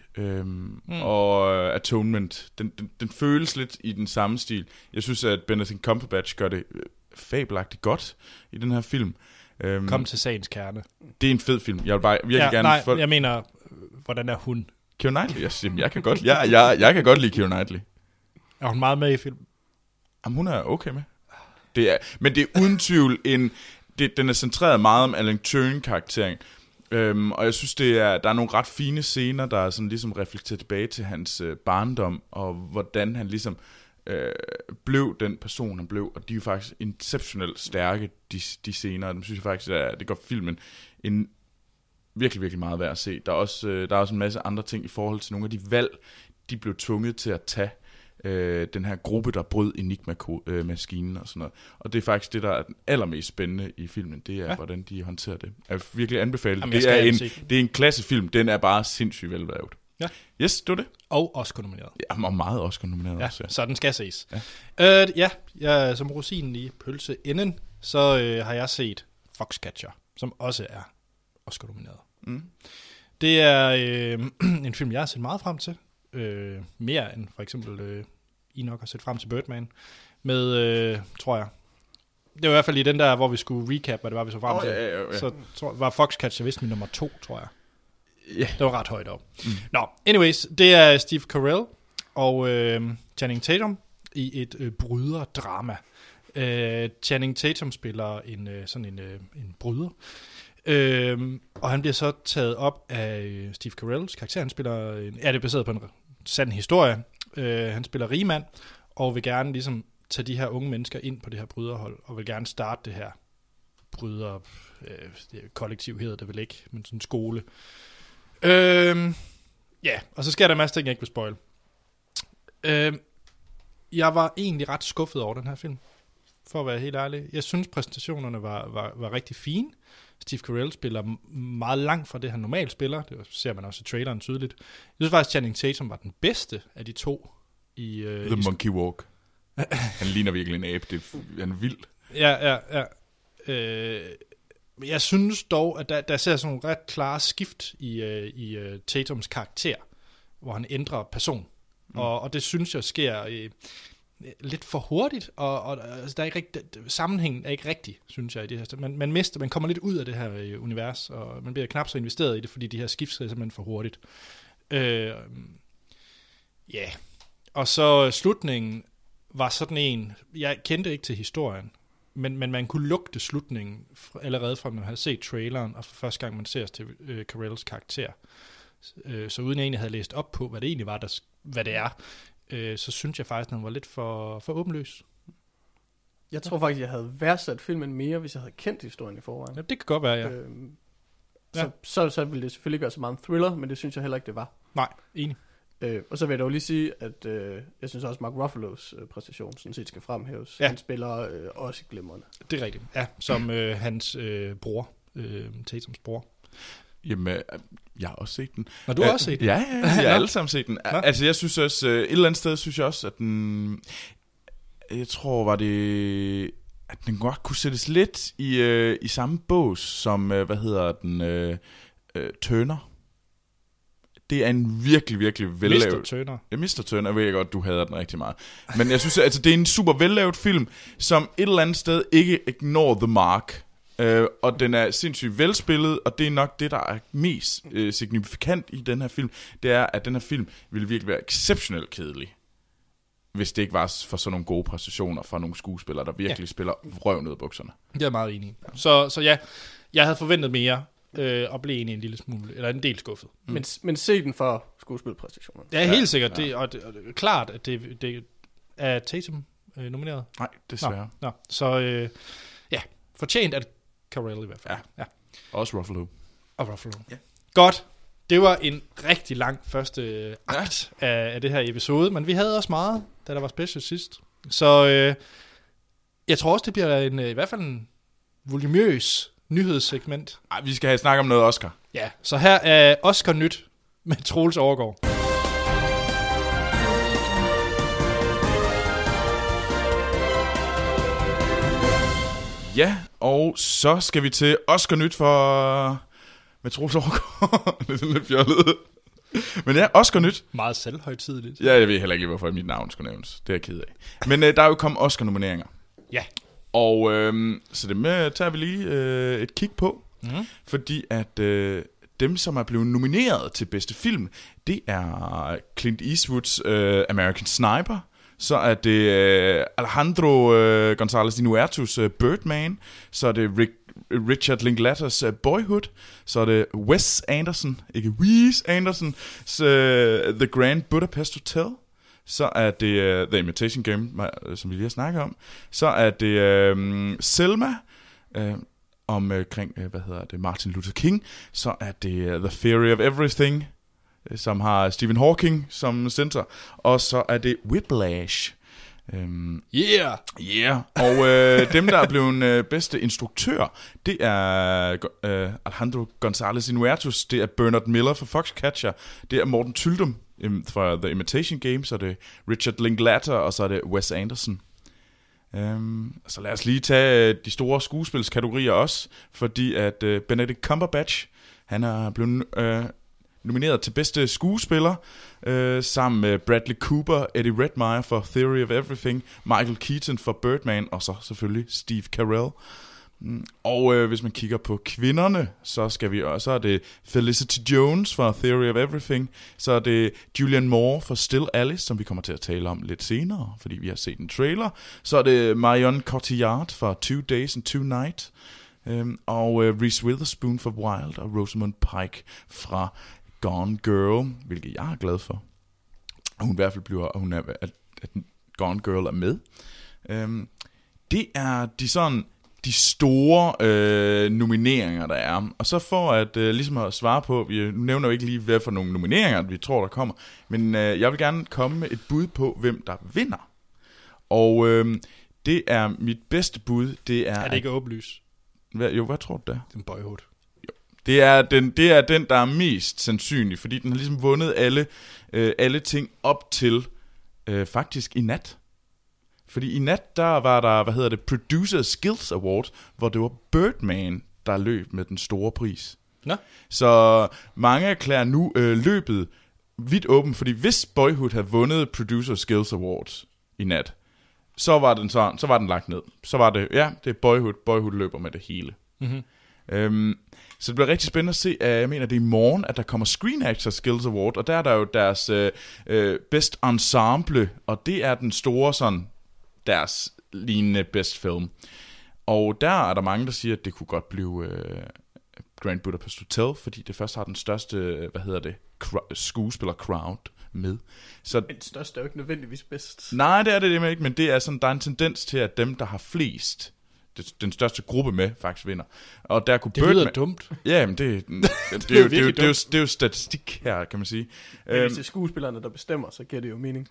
og Atonement, den føles lidt i den samme stil. Jeg synes, at Benedict Cumberbatch gør det fabelagtigt godt i den her film. Kom til sagens kerne. Det er en fed film. Jeg vil bare virkelig gerne... Nej, jeg mener, hvordan er hun? Keira Knightley? Jeg kan godt, jeg kan godt lide Keira Knightley. Er hun meget med i filmen? Jamen, hun er okay med. Men det er uden tvivl den er centreret meget om Alan Turing-karakteren. Og jeg synes, der er nogle ret fine scener, der er sådan ligesom reflekterer tilbage til hans barndom, og hvordan han ligesom blev den person, han blev. Og de er jo faktisk exceptionelt stærke, de scener. Og dem synes jeg faktisk, det gør filmen en virkelig, virkelig meget værd at se. Der er også en masse andre ting i forhold til nogle af de valg, de blev tvunget til at tage. Den her gruppe, der brød Enigma-maskinen og sådan noget. Og det er faktisk det, der er den allermest spændende i filmen, det er, hvordan de håndterer det. Jeg vil virkelig anbefale det. Det er en klassefilm, den er bare sindssygt velvævet. Ja. Yes, det var det. Og Oscar-nomineret. Ja, og meget Oscar-nomineret også. Ja. Så den skal ses. Ja. Jeg, som rosinen i pølseenden, så har jeg set Foxcatcher, som også er Oscar-nomineret. Det er en film, jeg har set meget frem til. Mere end for eksempel I nok har set frem til Birdman med, tror jeg. Det var i hvert fald i den der, hvor vi skulle recap, hvad det var, vi så frem til. Ja. Så var Foxcatcher vist min nummer 2, tror jeg. Ja. Det var ret højt op. Nå, anyways, det er Steve Carell og Channing Tatum i et bryderdrama. Channing Tatum spiller en bryder. Og han bliver så taget op af Steve Carells karakter. Han spiller det er baseret på en sand historie. Han spiller rigmand og vil gerne ligesom tage de her unge mennesker ind på det her bryderhold og vil gerne starte det her bryder kollektiv hedder det vel ikke, men sådan en skole. Og så sker der en masse ting, jeg ikke vil spoil. Jeg var egentlig ret skuffet over den her film, for at være helt ærlig. Jeg synes præstationerne var rigtig fine. Steve Carell spiller meget langt fra det, han normalt spiller. Det ser man også i traileren tydeligt. Jeg synes faktisk, Channing Tatum var den bedste af de to. The Monkey Walk. Han ligner virkelig en abe. Han er vild. Ja. Jeg synes dog, at der ser sådan nogle ret klare skift i Tatums karakter, hvor han ændrer person. Og det synes jeg sker lidt for hurtigt, og altså, der er ikke rigtig, sammenhængen er ikke rigtig, synes jeg, i det her. Man kommer lidt ud af det her univers, og man bliver knap så investeret i det, fordi de her skift sker simpelthen for hurtigt. Og så slutningen var sådan en, jeg kendte ikke til historien, men man kunne lugte slutningen allerede fra man havde set traileren, og for første gang man ser Steve Carells karakter. Så uden jeg egentlig havde læst op på, hvad det egentlig var, hvad det er, så synes jeg faktisk, at den var lidt for åbenløs. Jeg tror faktisk, jeg havde værdsat filmen mere, hvis jeg havde kendt historien i forvejen. Ja, det kan godt være, ja. Så ville det selvfølgelig gøre så meget en thriller, men det synes jeg heller ikke, det var. Nej, enig. Og så vil jeg dog lige sige, at jeg synes også, Mark Ruffalo's præstation sådan set skal fremhæves. Ja. Han spiller også glimrende. Det er rigtigt. Ja, som hans bror, Tatums bror. Jamen, jeg har også set den. Nå, du har også set den? Ja, jeg har alle sammen set den. Altså, jeg synes også, et eller andet sted, synes jeg også, at den... Jeg tror, var det... At den godt kunne sættes lidt i samme bås som, Turner. Det er en virkelig, virkelig vellavet... Mr. Turner. Ja, Mr. Turner, jeg ved godt, du hader den rigtig meget. Men jeg synes, altså, det er en super vellavet film, som et eller andet sted ikke ignore the mark. Og den er sindssygt velspillet, og det er nok det, der er mest signifikant i den her film. Det er, at den her film ville virkelig være exceptionelt kedelig, hvis det ikke var for sådan nogle gode præstationer fra nogle skuespillere, der virkelig spiller røv ned af bukserne. Det er jeg meget enig i. Så ja, jeg havde forventet mere, og blev egentlig en lille smule, eller en del skuffet. Men se den for skuespilpræstationerne. Ja, helt sikkert. Ja. Og det er klart, at det er Tatum nomineret. Nej, desværre. Nå. Så ja, fortjent at Carell i hvert fald. Ja. Også Ruffalo. Og Ruffalo. Ja. Godt. Det var en rigtig lang første akt af det her episode, men vi havde også meget, da der var special sidst. Så jeg tror også, det bliver i hvert fald en volumøs nyhedssegment. Ej, vi skal have snakket om noget Oscar. Ja, så her er Oscar Nyt med Troels Overgaard. Ja, og så skal vi til Oscar Nyt for... med Troels Overgaard. Det er lidt fjollet. Men ja, Oscar Nyt. Meget selvhøjtideligt. Ja, jeg ved heller ikke, hvorfor mit navn skulle nævnes. Det er jeg ked af. Men der er jo kommet Oscar-nomineringer. Ja. Og så det med tager vi lige et kig på. Fordi at dem, som er blevet nomineret til bedste film, det er Clint Eastwoods American Sniper. Så er det Alejandro González Iñárritu's Birdman. Så er det Richard Linklaters Boyhood. Så er det Wes Anderson, ikke Wes Anderson, The Grand Budapest Hotel. Så er det The Imitation Game, som vi lige har snakket om. Så er det Selma, omkring, Martin Luther King. Så er det The Theory of Everything, som har Stephen Hawking som center. Og så er det Whiplash. Yeah. Og dem, der er blevet bedste instruktør, det er Alejandro González Iñárritu, det er Bernard Miller for Foxcatcher, det er Morten Tyldum fra The Imitation Game, så er det Richard Linklater, og så er det Wes Anderson. Så lad os lige tage de store skuespilskategorier også, fordi at Benedict Cumberbatch, han er blevet nomineret til bedste skuespiller, sammen med Bradley Cooper, Eddie Redmayne for Theory of Everything, Michael Keaton for Birdman, og så selvfølgelig Steve Carell. Og hvis man kigger på kvinderne, så er det Felicity Jones for Theory of Everything, så er det Julianne Moore for Still Alice, som vi kommer til at tale om lidt senere, fordi vi har set en trailer. Så er det Marion Cotillard for 2 Days and 2 Nights, og Reese Witherspoon for Wild, og Rosamund Pike fra Gone Girl, hvilket jeg er glad for. Hun i hvert fald at Gone Girl er med. Det er de store nomineringer, der er. Og så for at ligesom at svare på, vi nævner jo ikke lige, hvad for nogle nomineringer, vi tror, der kommer, men jeg vil gerne komme med et bud på, hvem der vinder. Og det er mit bedste bud, det er... Er det ikke åbenlys? Hvad tror du det er? Det er en Boyhood. Det er den, der er mest sandsynlig, fordi den har ligesom vundet alle ting op til faktisk i nat. Fordi i nat, der var der, Producer Skills Award, hvor det var Birdman, der løb med den store pris. Nå. Så mange erklærer nu løbet vidt åben, fordi hvis Boyhood havde vundet Producer Skills Awards i nat, så var den lagt ned. Så var det, det er Boyhood løber med det hele. Mm-hmm. Så det bliver rigtig spændende at se. Jeg mener, det er i morgen, at der kommer Screen Actor Skills Award, og der er der jo deres Best Ensemble, og det er den store deres lignende Best Film. Og der er der mange, der siger, at det kunne godt blive Grand Budapest Hotel, fordi det først har den største, skuespiller-crowd med. Så den største er jo ikke nødvendigvis bedst. Nej, det er det ikke, men det er sådan, der er en tendens til, at dem, der har flest, den største gruppe med, faktisk vinder. Og der kunne det lyder dumt. Ja, men det er jo statistik her, kan man sige. Men hvis det er skuespillerne, der bestemmer, så giver det jo mening.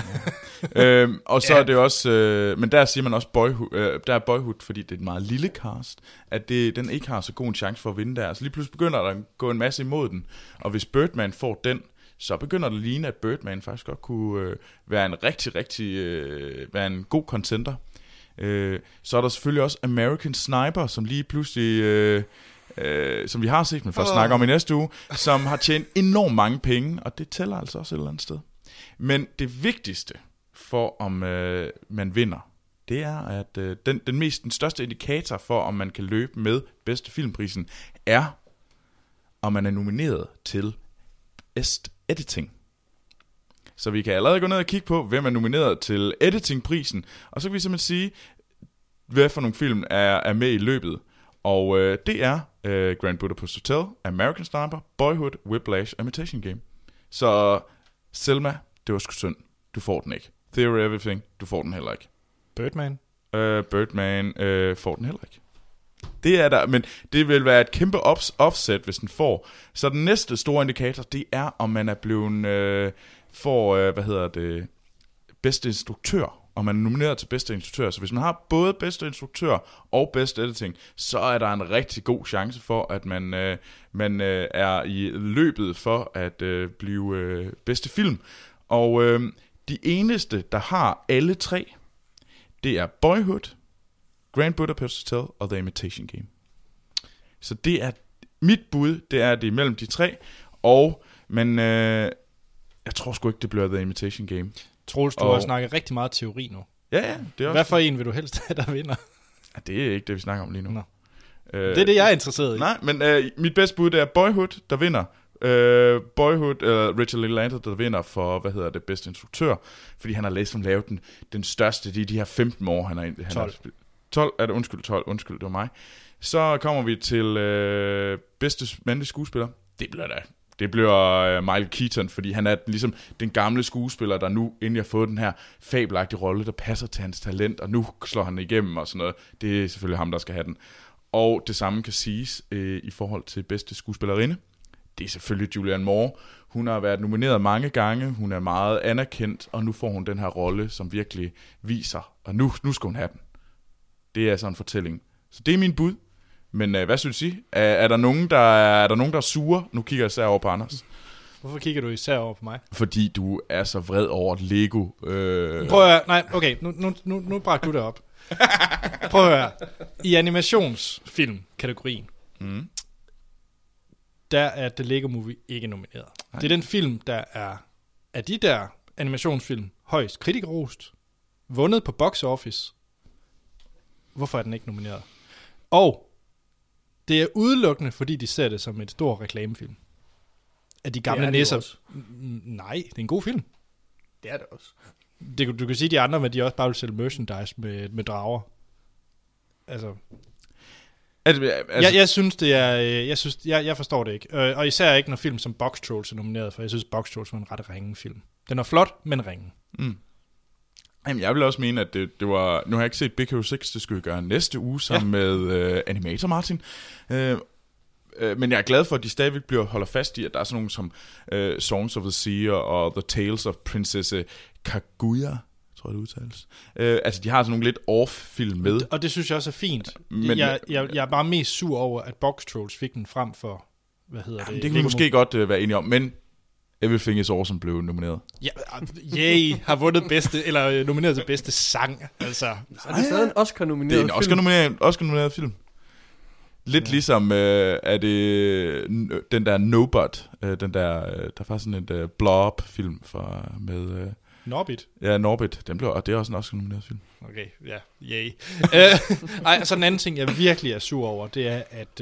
Og så er det også... men der siger man også Boyhood, der er Boyhood, fordi det er et meget lille cast, at den ikke har så god en chance for at vinde der. Så lige pludselig begynder der at gå en masse imod den. Og hvis Birdman får den, så begynder det at ligne, at Birdman faktisk godt kunne være en være en god contender. Så er der selvfølgelig også American Sniper, som lige pludselig, som vi har set, men først snakker om i næste uge, som har tjent enormt mange penge, og det tæller altså også et eller andet sted. Men det vigtigste for, om man vinder, det er, at den største indikator for, om man kan løbe med bedste filmprisen, er, om man er nomineret til Best Editing. Så vi kan allerede gå ned og kigge på, hvem er nomineret til Editing-prisen, og så kan vi simpelthen sige, hvad for nogle film er med i løbet. Og det er Grand Budapest Hotel, American Sniper, Boyhood, Whiplash og Imitation Game. Så Selma, det var sgu synd. Du får den ikke. Theory of Everything, du får den heller ikke. Birdman? Birdman får den heller ikke. Det er der, men det vil være et kæmpe offset, hvis den får. Så den næste store indikator, det er, om man er blevet bedste instruktør. Om man er nomineret til bedste instruktør. Så hvis man har både bedste instruktør og bedste editing, så er der en rigtig god chance for, at man er i løbet for at blive bedste film. Og de eneste, der har alle tre, det er Boyhood, Grand Budapest Hotel og The Imitation Game. Så det er mit bud, det er det mellem de tre. Men jeg tror sgu ikke, det bliver The Imitation Game. Troels, du har snakket rigtig meget teori nu. Ja, det er også. Hvad for en vil du helst have, der vinder? Ja, det er ikke det, vi snakker om lige nu. Det er det, jeg er interesseret i. Nej, men mit bedste bud, det er Boyhood, der vinder. Richard Linklater, der vinder for, bedste instruktør. Fordi han har lavet den største, de her 15 år, han har 12 er det, undskyld, det var mig. Så kommer vi til bedste mandlige skuespiller. Det bliver Michael Keaton, fordi han er ligesom den gamle skuespiller, der nu endelig har fået den her fabelagtige rolle, der passer til hans talent, og nu slår han igennem og sådan noget. Det er selvfølgelig ham, der skal have den. Og det samme kan siges i forhold til bedste skuespillerinde. Det er selvfølgelig Julianne Moore. Hun har været nomineret mange gange, hun er meget anerkendt, og nu får hun den her rolle, som virkelig viser, og nu skal hun have den. Det er sådan en fortælling. Så det er min bud. Men hvad synes I? Er der nogen, der er sure? Nu kigger jeg især over på Anders. Hvorfor kigger du især over på mig? Fordi du er så vred over Lego. Prøv at nej, okay, nu bragte du det op. Prøv at høre. I animationsfilm-kategorien, der er The Lego Movie ikke nomineret. Nej. Det er den film, der er af de der animationsfilm højst kritikerrost, vundet på box office. Hvorfor er den ikke nomineret? Og det er udelukkende, fordi de ser det som et stor reklamefilm. At de gamle nisser... Nej, det er en god film. Det er det også. Du kan sige de andre, men de også bare vil sælge merchandise med drager. Altså... Jeg synes det er... Jeg forstår det ikke. Og især ikke, når film som Box Trolls er nomineret, for jeg synes, Box Trolls var en ret ringe film. Den er flot, men ringe. Jamen, jeg vil også mene, at det var... Nu har jeg ikke set Big Hero 6, det skulle vi gøre næste uge sammen med Animator Martin. Men jeg er glad for, at de stadigvæk holder fast i, at der er sådan nogle som Songs of the Sea og The Tales of Princess Kaguya, tror jeg det udtales. Altså, de har sådan nogle lidt off-film med. Og det synes jeg også er fint. Men, jeg er bare mest sur over, at Box Trolls fik den frem for... Hvad hedder det? Det kan vi måske godt være enige om, men... Everything is Awesome blev nomineret. Ja, Yay har vundet bedste, eller nomineret til bedste sang. Altså. Er det stadig en Oscar-nomineret film? Det er en Oscar-nomineret film. Lidt ligesom, er det den der Nobot, der er faktisk sådan en Blob-film med... Norbit? Ja, Norbit. Det er også en Oscar-nomineret film. Okay, ja, yay. Så den anden ting, jeg virkelig er sur over, det er, at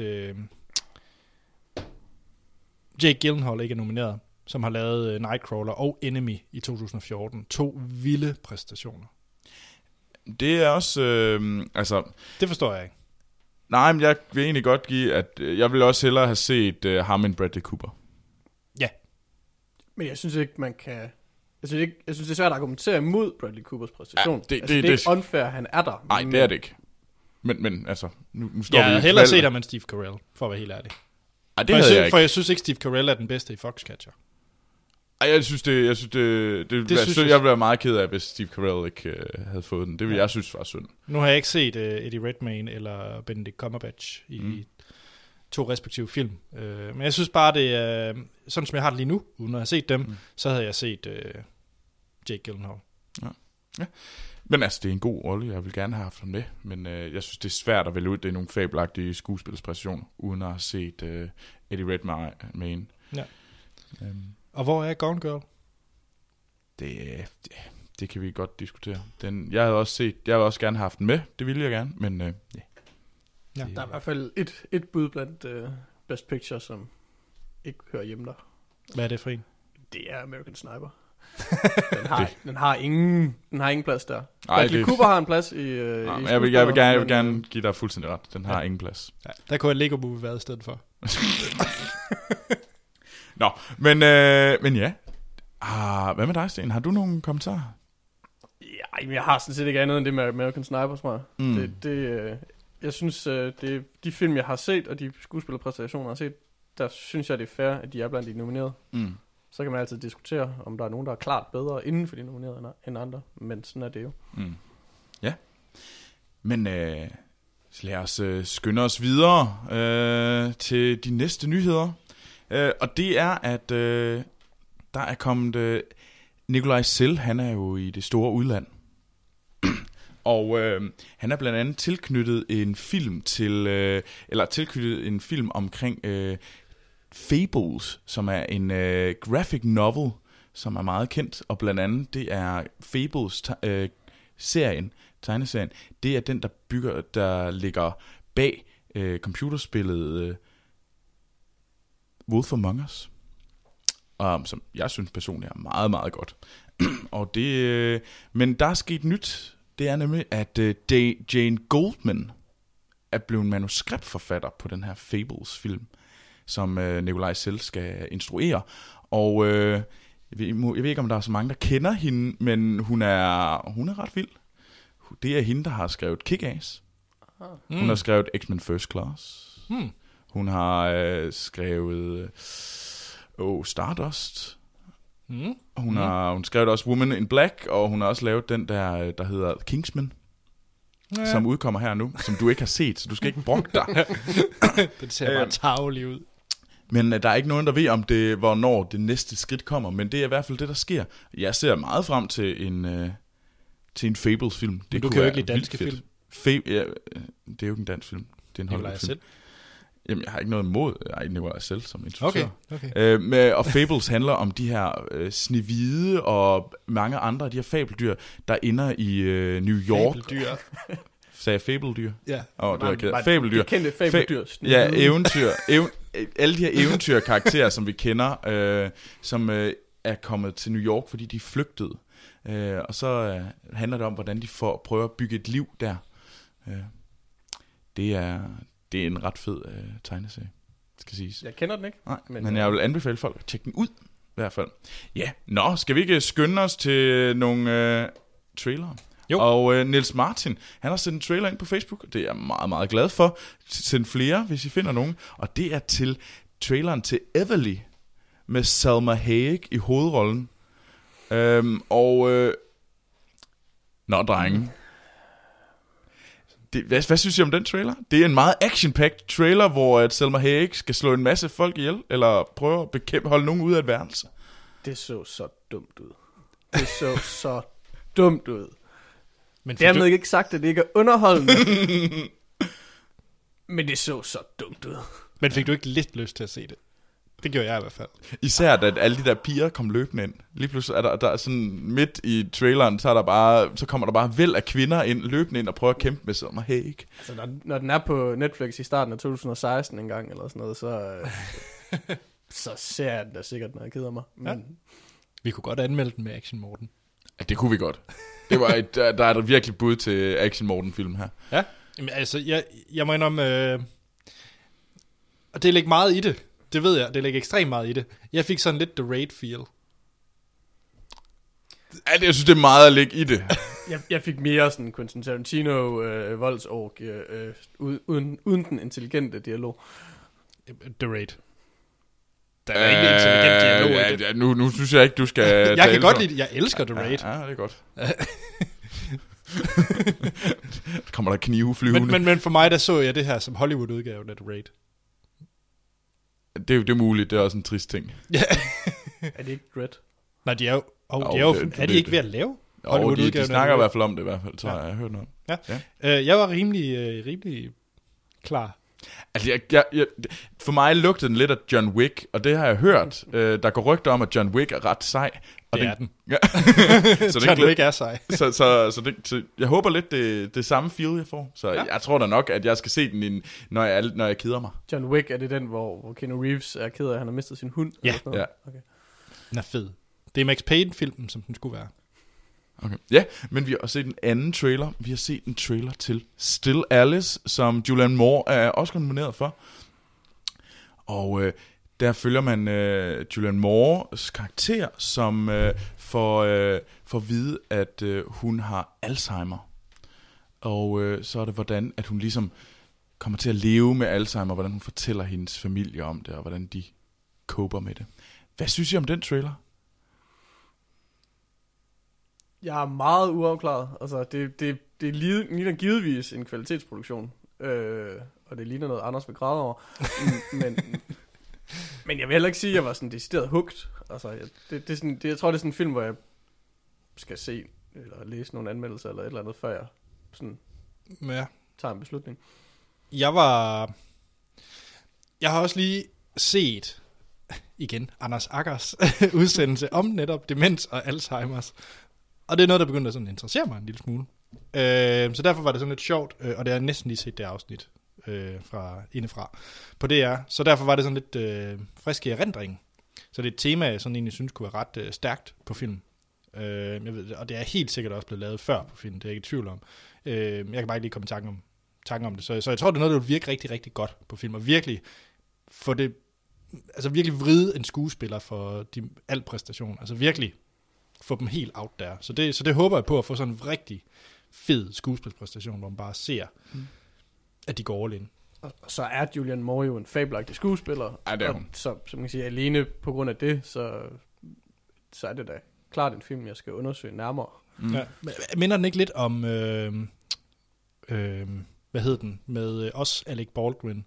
Jake Gyllenhaal ikke er nomineret, som har lavet Nightcrawler og Enemy i 2014. 2 vilde præstationer. Det er også... Det forstår jeg ikke. Nej, men jeg vil egentlig godt give, at jeg vil også hellere have set ham end Bradley Cooper. Ja. Men jeg synes ikke, man kan... Jeg synes, det er svært at argumentere imod Bradley Coopers præstation. Ja, det er ikke unfair, han er der. Nej, det er det ikke. Men altså, nu står vi... Jeg havde hellere set ham end Steve Carell, for at være helt ærlig. Ej, det havde jeg ikke. For jeg synes ikke, Steve Carell er den bedste i Foxcatcher. Ej, jeg ville være meget ked af, hvis Steve Carell ikke havde fået den. Det ville jeg synes var synd. Nu har jeg ikke set Eddie Redmayne eller Benedict Cumberbatch i 2 respektive film. Men jeg synes bare, det er sådan, som jeg har det lige nu, uden at have set dem, så havde jeg set Jake Gyllenhaal. Ja. Men altså, det er en god rolle. Jeg vil gerne have haft ham med. Men jeg synes, det er svært at vælge ud. Det er nogle fabelagtige skuespilspræstationer, uden at have set Eddie Redmayne. Ja. Og hvor er Gone Girl? Det kan vi godt diskutere. Jeg havde også gerne haft den med. Det ville jeg gerne, men ja. Der er i hvert fald et bud blandt Best Picture, som ikke hører hjemme der. Hvad er det for en? Det er American Sniper. Den har ingen plads der. Ej, Bradley Cooper har en plads i jeg vil gerne give dig fuldstændig ret. Den har ingen plads. Ja, der kunne Lego Movie være i stedet for. Nå, men ja. Hvad med dig, Sten? Har du nogle kommentarer? Ja, jeg har sådan set ikke andet end det med American Sniper, tror jeg. Jeg synes, de film, jeg har set, og de skuespillerpræstationer, jeg har set, der synes jeg, det er fair, at de er blandt de nominerede. Så kan man altid diskutere, om der er nogen, der er klart bedre inden for de nominerede end andre. Men sådan er det jo. Ja. Men så lad os skynde os videre til de næste nyheder. Og det er, at der er kommet... Nikolaj Sell, han er jo i det store udland. Og han er blandt andet tilknyttet en film tilknyttet en film omkring Fables, som er en graphic novel, som er meget kendt, og blandt andet det er Fables serien, tegneserien. Det er den der ligger bag computerspillet Wolf Among Us, som jeg synes personligt er meget, meget godt. Og men der er sket nyt. Det er nemlig, at Jane Goldman er blevet manuskriptforfatter på den her Fables-film, som Nikolaj Sell skal instruere. Og jeg ved ikke, om der er så mange, der kender hende, men hun er ret vild. Det er hende, der har skrevet Kick-Ass. Hun har skrevet X-Men First Class. Hun har skrevet Stardust. Hun skrev også Woman in Black, og hun har også lavet den der hedder Kingsman, som udkommer her nu, som du ikke har set, så du skal ikke brokke dig. Den ser bare tarvelig ud. Men der er ikke nogen, der ved om hvornår det næste skridt kommer, men det er i hvert fald det, der sker. Jeg ser meget frem til en Fables-film. Men du kan jo ikke lide danske film. Det er jo ikke en dansk film. Det er en Hollywood-film. Jamen, jeg har ikke noget imod Nikolaj Sell som instruktør. Okay. Og Fables handler om de her Snehvide og mange andre af de her fabeldyr, der ender i New York. Fabeldyr. Sagde jeg fabeldyr? Ja. Det var kædet. Fabeldyr. Kendte fabeldyr. Ja, eventyr. Alle de her eventyrkarakterer, som vi kender, som er kommet til New York, fordi de er flygtet. Og så handler det om, hvordan de prøver at bygge et liv der. Det er en ret fed tegneserie, skal siges. Jeg kender den ikke. Nej, men jeg vil anbefale folk at tjekke den ud, i hvert fald. Ja, skal vi ikke skynde os til nogle trailere? Jo. Og Niels Martin, han har sendt en trailer ind på Facebook, det er jeg meget, meget glad for. Send flere, hvis I finder nogen. Og det er til traileren til Everly, med Salma Hayek i hovedrollen. Drenge. Hvad synes I om den trailer? Det er en meget action-packed trailer, hvor Salma Hayek skal slå en masse folk ihjel, eller prøve at holde nogen ud af et værelse. Det så dumt ud. Det så dumt ud. Men dermed ikke sagt, at det ikke er underholdende. Men det så dumt ud. Men fik du ikke lidt lyst til at se det? Det gjorde jeg i hvert fald. Især da alle de der piger kom løbende ind. Lige pludselig er der sådan midt i traileren, så kommer der bare væld af kvinder ind, løbende ind og prøver at kæmpe med Salma Hayek. Altså når den er på Netflix i starten af 2016 en gang eller sådan noget, så ser jeg den da sikkert, når jeg keder mig. Men... Ja. Vi kunne godt anmelde den med Action Morten. Ja, det kunne vi godt. Det var der er et virkelig bud til Action Morten-film her. Ja, jamen, altså jeg må indrømme, og det ligger meget i det. Det ved jeg, det ligger ekstremt meget i det. Jeg fik sådan lidt The Raid feel. Ja, jeg synes, det er meget at ligge i det. jeg fik mere sådan Quentin Tarantino voldsorg uden den intelligente dialog. The Raid. Der er ikke intelligent dialog i det. Nu synes jeg ikke, du skal... Jeg kan godt lide det. Jeg elsker The Raid. Ja, det er godt. Der kommer der knive flyvende. Men for mig, der så jeg det her som Hollywood-udgaven af The Raid. Det er muligt, det er også en trist ting. Ja. Er det ikke Dread? Nej, de er jo... er de ikke ved at lave Hollywood-udgaven? De snakker i hvert fald om det, i hvert fald, så jeg har hørt noget. Ja. Jeg var rimelig klar. Altså, for mig lugtede den lidt af John Wick, og det har jeg hørt. Der går rygter om, at John Wick er ret sej. Og det er den. Ja. Så John Wick er sej. så jeg håber lidt, det samme feel, jeg får. Så jeg tror da nok, at jeg skal se den, når jeg keder mig. John Wick, er det den, hvor Keanu Reeves er ked af, at han har mistet sin hund? Ja. Eller okay. Den er fed. Det er Max Payne-filmen, som den skulle være. Okay. Ja, men vi har også set en anden trailer. Vi har set en trailer til Still Alice, som Julianne Moore er også nomineret for. Og der følger man Julianne Moores karakter, som får at vide, at hun har Alzheimer. Og så er det, hvordan at hun ligesom kommer til at leve med Alzheimer, hvordan hun fortæller hendes familie om det, og hvordan de coper med det. Hvad synes I om den trailer? Jeg er meget uafklaret. Altså, det ligner givetvis en kvalitetsproduktion. Og det ligner noget, Anders vil græde over. Men jeg vil heller ikke sige, at jeg var sådan decideret hugt. Altså, jeg tror, det er sådan en film, hvor jeg skal se eller læse nogle anmeldelser eller et eller andet, før jeg sådan tager en beslutning. Jeg har også lige set igen Anders Ackers udsendelse om netop demens og Alzheimers. Og det er noget, der begyndte at sådan interessere mig en lille smule. Så derfor var det sådan lidt sjovt, og det har jeg næsten lige set det afsnit fra indefra på DR. Så derfor var det sådan lidt frisk i erindringen. Så det er et tema, jeg sådan egentlig synes kunne være ret stærkt på film. Jeg ved, og det er helt sikkert også blevet lavet før på film, det er jeg ikke i tvivl om. Jeg kan bare ikke lige komme i tanke om det. Så jeg tror, det er noget, der vil virke rigtig, rigtig godt på film, og virkelig få det, altså virkelig vride en skuespiller for al præstation. Altså virkelig få dem helt out der. Så det håber jeg på at få sådan en rigtig fed skuespilspræstation, hvor man bare ser, at de går all in. Og så er Julianne Moore jo en fabelagtig skuespiller. Ja, det er hun. Så man kan sige, alene på grund af det, så er det da klart en film, jeg skal undersøge nærmere. Ja. Minder den ikke lidt om, hvad hed den, med os, Alec Baldwin,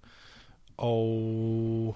og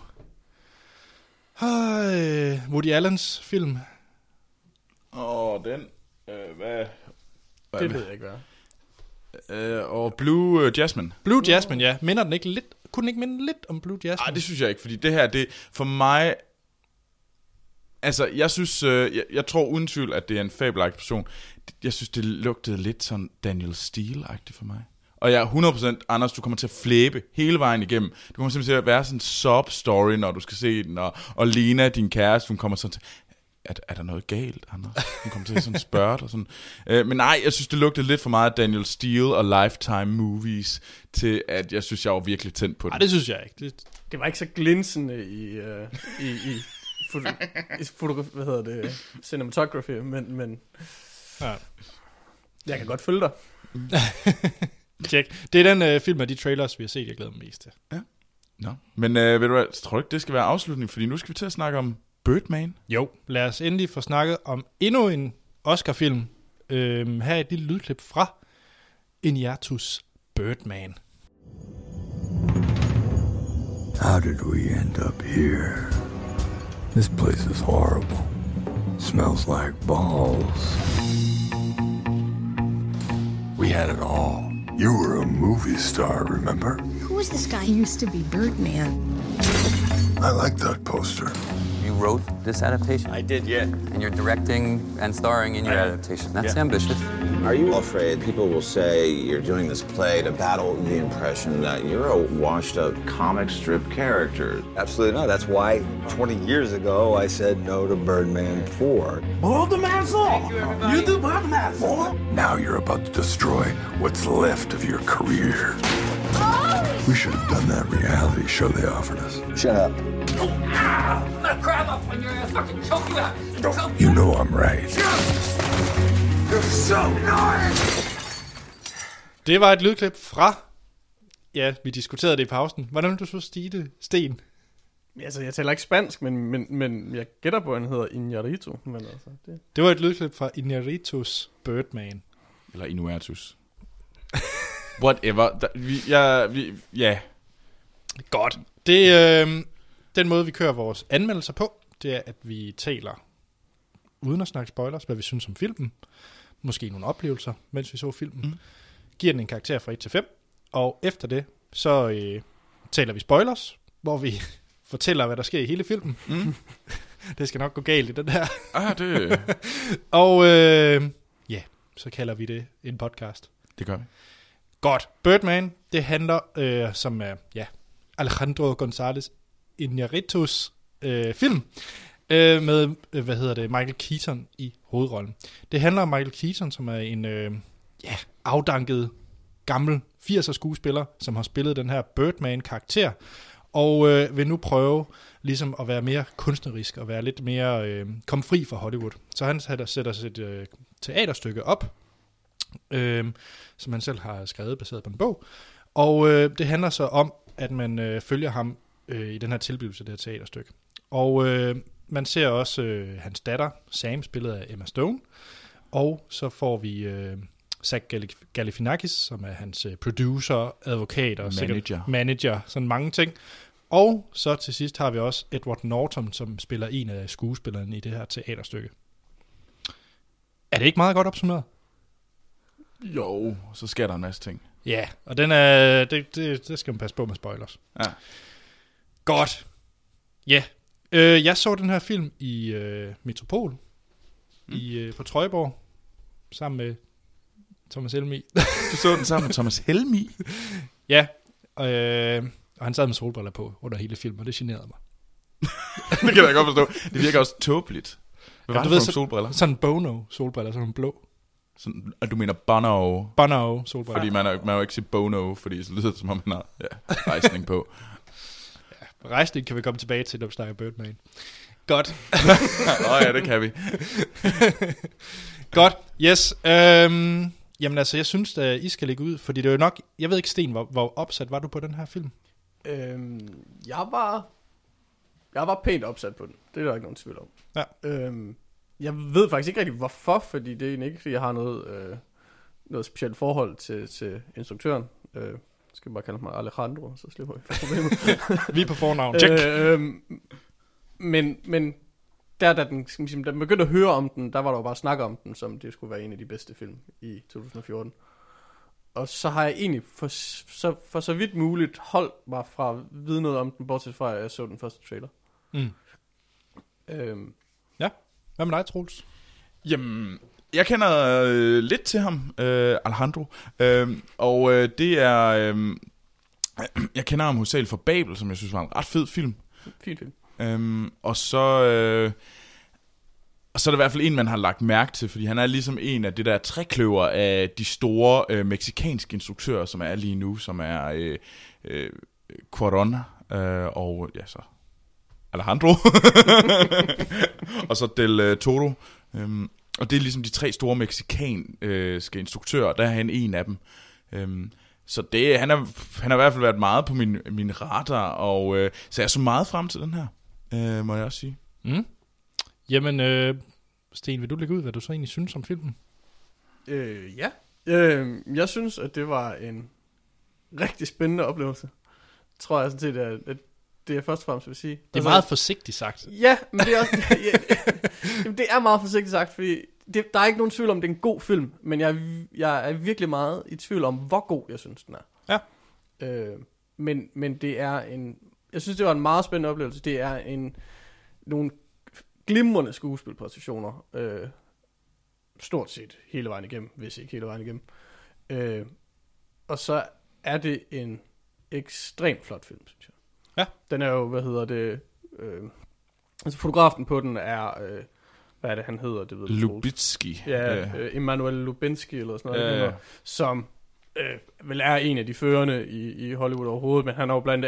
Woody Allens film? Den, hvad? Det ved jeg ikke, hvad. Og Blue Jasmine. Blue Jasmine, ja. Minder den ikke lidt? Kunne den ikke minde lidt om Blue Jasmine? Nej, det synes jeg ikke, fordi det her, det for mig. Altså, jeg synes, jeg tror uden tvivl, at det er en fabelagtig person. Jeg synes, det lugtede lidt sådan Daniel Steele-agtigt for mig. Og jeg er 100%, Anders, du kommer til at flæbe hele vejen igennem. Du kommer simpelthen til at være sådan en sob-story, når du skal se den. Og Lena, din kæreste, hun kommer sådan til, er der noget galt, Anders? Hun kommer til at sådan spørge dig. Sådan. Men nej, jeg synes, det lugtede lidt for meget af Daniel Steele og Lifetime Movies, til at jeg synes, jeg var virkelig tændt på det. Nej, det synes jeg ikke. Det var ikke så glinsende i hvad hedder det, cinematography, men ja. Jeg kan godt følge dig. Check. Det er den film af de trailers, vi har set, jeg glæder mig mest til. Ja. Nå. Men ved du hvad, tror du ikke, det skal være afslutning, fordi nu skal vi til at snakke om Birdman. Jo, lad os endelig få snakket om endnu en Oscar-film. Her er et lille lydklip fra Iñárritu's Birdman. How did we end up here? This place is horrible. Smells like balls. We had it all. You were a movie star, remember? Who was this guy? He used to be Birdman. I like that poster. You wrote this adaptation? I did, yeah. And you're directing and starring in your adaptation. That's ambitious. Are you afraid people will say you're doing this play to battle the impression that you're a washed-up comic strip character? Absolutely not. That's why 20 years ago I said no to Birdman 4. Boil the man fall. You do boil the man fall. Now you're about to destroy what's left of your career. We should have done that reality show they offered us. Shut up. I'm gonna grab up on your ass, fucking choke you out. You know I'm right. You're so nice. Det var et lydklip fra, ja, vi diskuterede det i pausen. Hvordan vil du så sige det, Sten? Altså, jeg taler ikke spansk, men jeg gætter på, at han hedder Iñárritu. Men altså, det var et lydklip fra Iñárritu's Birdman. Eller Iñárritus. Whatever. Ja. Godt. Den måde, vi kører vores anmeldelser på, det er, at vi taler uden at snakke spoilers, hvad vi synes om filmen. Måske nogle oplevelser, mens vi så filmen. Giver den en karakter fra 1 til 5. Og efter det, så taler vi spoilers, hvor vi fortæller, hvad der sker i hele filmen. Det skal nok gå galt i den her. Det... Og så kalder vi det en podcast. Det gør vi. Godt. Birdman, det handler som Alejandro González Iñárritus film med Michael Keaton i hovedrollen. Det handler om Michael Keaton, som er en afdanket gammel 80'er skuespiller, som har spillet den her Birdman-karakter, og vil nu prøve ligesom at være mere kunstnerisk og være lidt mere komme fri fra Hollywood. Så han sætter sit teaterstykke op, som han selv har skrevet baseret på en bog. Og det handler så om, at man følger ham i den her tilblivelse af det her teaterstykke. Og man ser også hans datter, Sam, spillet af Emma Stone. Og så får vi Zach Galifianakis, som er hans producer, advokat og manager, sådan mange ting. Og så til sidst har vi også Edward Norton, som spiller en af skuespillerne i det her teaterstykke. Er det ikke meget godt opsummeret? Jo, så sker der en masse ting. Ja, og den er, det skal man passe på med spoilers. Ja. Godt. Ja. Jeg så den her film i Metropol på Trøjborg sammen med Thomas Helmig. Du så den sammen med Thomas Helmig? Ja, og han sad med solbriller på under hele filmen, og det generede mig. Det kan jeg godt forstå. Det virker også tåbeligt. Hvad var det for solbriller? Sådan Bono-solbriller, sådan blå. Sådan, og du mener Bono? Bono-solbriller. Fordi man jo ikke sige Bono, fordi så lyder det som om man har rejsning på. Ja, rejsning kan vi komme tilbage til, når vi snakker Birdman. Godt. Ja, det kan vi. Godt, yes. Jamen altså, jeg synes, at I skal lægge ud, fordi det er jo nok... Jeg ved ikke, Sten, hvor opsat var du på den her film? Jeg var pænt opsat på den. Det er der ikke nogen tvivl om. Ja. Jeg ved faktisk ikke rigtig, hvorfor, fordi det er egentlig ikke, fordi jeg har noget specielt forhold til instruktøren. Skal bare kalde mig Alejandro, så slipper vi for problemet. Vi er på fornavn. Check. Men da den begyndte at høre om den, der var der jo bare snak om den, som det skulle være en af de bedste film i 2014. Og så har jeg egentlig for så vidt muligt holdt mig fra at vide noget om den, bortset fra at jeg så den første trailer. Ja. Hvad med dig, Troels? Jamen, jeg kender lidt til ham, Alejandro. Og det er... jeg kender ham hovedsageligt fra Babel, som jeg synes var en ret fed film. Fin film. Og så er der i hvert fald en, man har lagt mærke til, fordi han er ligesom en af det der trækløver af de store mexikanske instruktører, som er lige nu, som er Cuarón og ja, så Alejandro og så Del Toro. Og det er ligesom de tre store mexikanske instruktører, der er han en af dem. Så det, han har i hvert fald været meget på min radar, og så jeg så meget frem til den her, må jeg også sige. Jamen, Sten, vil du lægge ud, hvad du så egentlig synes om filmen? Ja. Jeg synes, at det var en rigtig spændende oplevelse. Tror jeg sådan set, at det er først og fremmest vil sige. Det er meget forsigtigt sagt. Ja, men det er også, det er meget forsigtigt sagt, fordi der er ikke nogen tvivl om, det er en god film, men jeg er virkelig meget i tvivl om, hvor god jeg synes, den er. Ja. Men det er jeg synes, det var en meget spændende oplevelse. Det er nogle glimrende skuespilpræstationer, stort set hele vejen igennem, hvis ikke hele vejen igennem. Og så er det en ekstremt flot film, synes jeg. Ja. Den er jo, altså fotografen på den er, hvad er det, han hedder? Det ved Lubitsky. Ja, Emanuel Lubensky eller sådan noget, som vel er en af de førende i Hollywood overhovedet, men han har jo blandt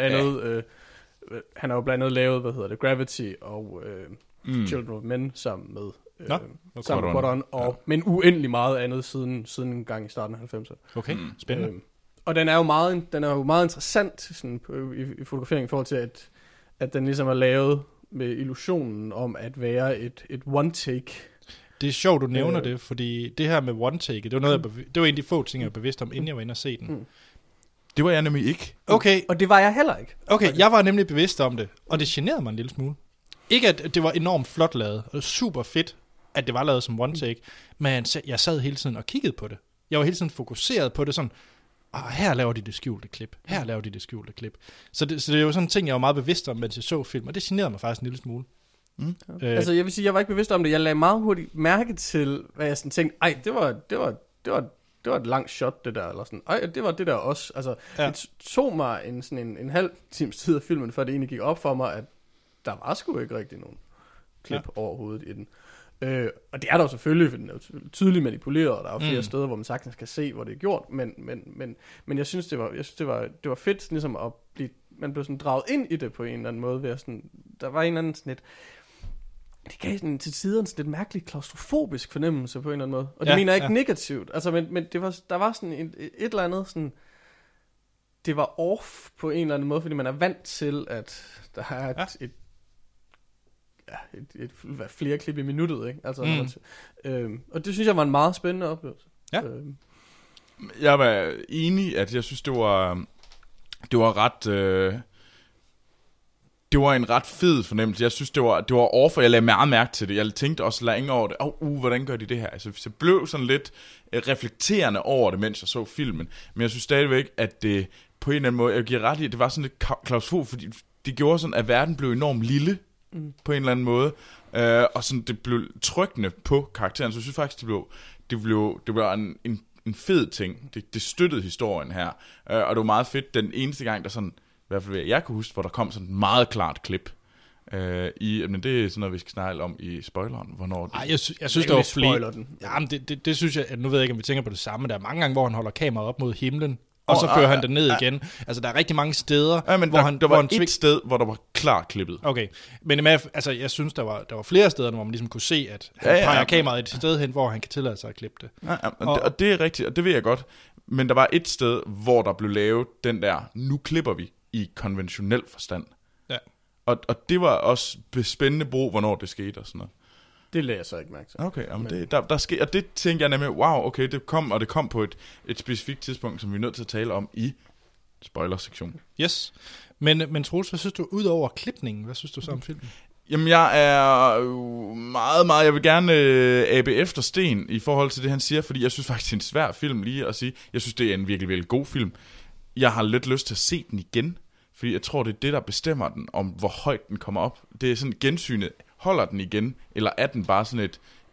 andet lavet, Gravity og Children of Men sammen med Cuarón, men uendelig meget andet siden en gang i starten af 90'erne. Okay, spændende. Og den er jo meget interessant sådan, i fotografering i forhold til, at den ligesom er lavet med illusionen om at være et one take. Det er sjovt, du nævner det, fordi det her med one take, det var en af de få ting, jeg var bevidst om, inden jeg var inde og se den. Det var jeg nemlig ikke. Okay. Og det var jeg heller ikke. Okay, jeg var nemlig bevidst om det, og det generede mig en lille smule. Ikke at det var enormt flot lavet, og super fedt, at det var lavet som one take, men jeg sad hele tiden og kiggede på det. Jeg var hele tiden fokuseret på det sådan, her laver de det skjulte klip. Så det er jo sådan en ting, jeg var meget bevidst om, mens jeg så film, og det generede mig faktisk en lille smule. Altså jeg vil sige, jeg var ikke bevidst om det. Jeg lagde meget hurtigt mærke til, hvad jeg sådan tænkte, det var et langt shot, det der, eller sådan, det var det der også. Altså, det tog mig en halv times tid af filmen, før det egentlig gik op for mig, at der var sgu ikke rigtig nogen klip overhovedet i den. Og det er der jo selvfølgelig, for den er jo tydeligt manipuleret, og der er jo flere steder, hvor man sagtens kan se, hvor det er gjort, men jeg synes, det var fedt, ligesom at man blev sådan draget ind i det på en eller anden måde, ved sådan, der var en eller anden sådan et, det gav sådan til tider en lidt mærkelig klaustrofobisk fornemmelse på en eller anden måde, og det mener jeg ikke negativt, altså, men der var sådan et eller andet sådan, det var off på en eller anden måde, fordi man er vant til, at der er et flere klip i minuttet, ikke? Altså, og det synes jeg var en meget spændende oplevelse. Ja. Jeg var enig, at jeg synes, det var ret... det var en ret fed fornemmelse. Jeg synes, det var off, og jeg lagde meget mærke til det. Jeg tænkte også længe over det. Hvordan gør de det her? Altså, jeg blev sådan lidt reflekterende over det, mens jeg så filmen. Men jeg synes stadigvæk, at det på en eller anden måde, jeg giver ret i, at det var sådan lidt klaustrofobisk, fordi det gjorde sådan, at verden blev enormt lille på en eller anden måde. Og sådan, det blev trykkende på karakteren. Så jeg synes faktisk, det blev en fed ting. Det støttede historien her. Og det var meget fedt den eneste gang, der sådan, i hvert fald jeg kunne huske, hvor der kom sådan et meget klart klip. Men det er sådan noget, vi skal snakke om i spoileren. Hvornår jeg synes, der var flere. Jamen, det synes jeg, at nu ved jeg ikke, om vi tænker på det samme. Der er mange gange, hvor han holder kameraet op mod himlen, og så fører han det ned igen. Altså, der er rigtig mange steder, men der var et sted, hvor der var klart klippet. Okay, men altså, jeg synes, der var flere steder, hvor man ligesom kunne se, at han peger kameraet et sted hen, hvor han kan tillade sig at klippe det. Og det er rigtigt, og det ved jeg godt. Men der var et sted, hvor der blev lavet den der, nu klipper vi i konventionel forstand. Ja. Og det var også spændende brug, hvornår det skete og sådan noget. Det lagde jeg så ikke mærke til. Okay, men der sker, og det tænker jeg nemlig, wow, okay, det kom på et specifikt tidspunkt, som vi er nødt til at tale om i spoiler-sektionen. Yes. Men Troels, hvad synes du, ud over klipningen, hvad synes du så om filmen? Jamen, jeg er meget, jeg vil gerne abe efter Sten i forhold til det, han siger, fordi jeg synes faktisk, det er en svær film lige at sige. Jeg synes, det er en virkelig, virkelig god film. Jeg har lidt lyst til at se den igen, fordi jeg tror, det er det, der bestemmer den, om hvor højt den kommer op. Det er sådan gensynet. Holder den igen, eller er den bare sådan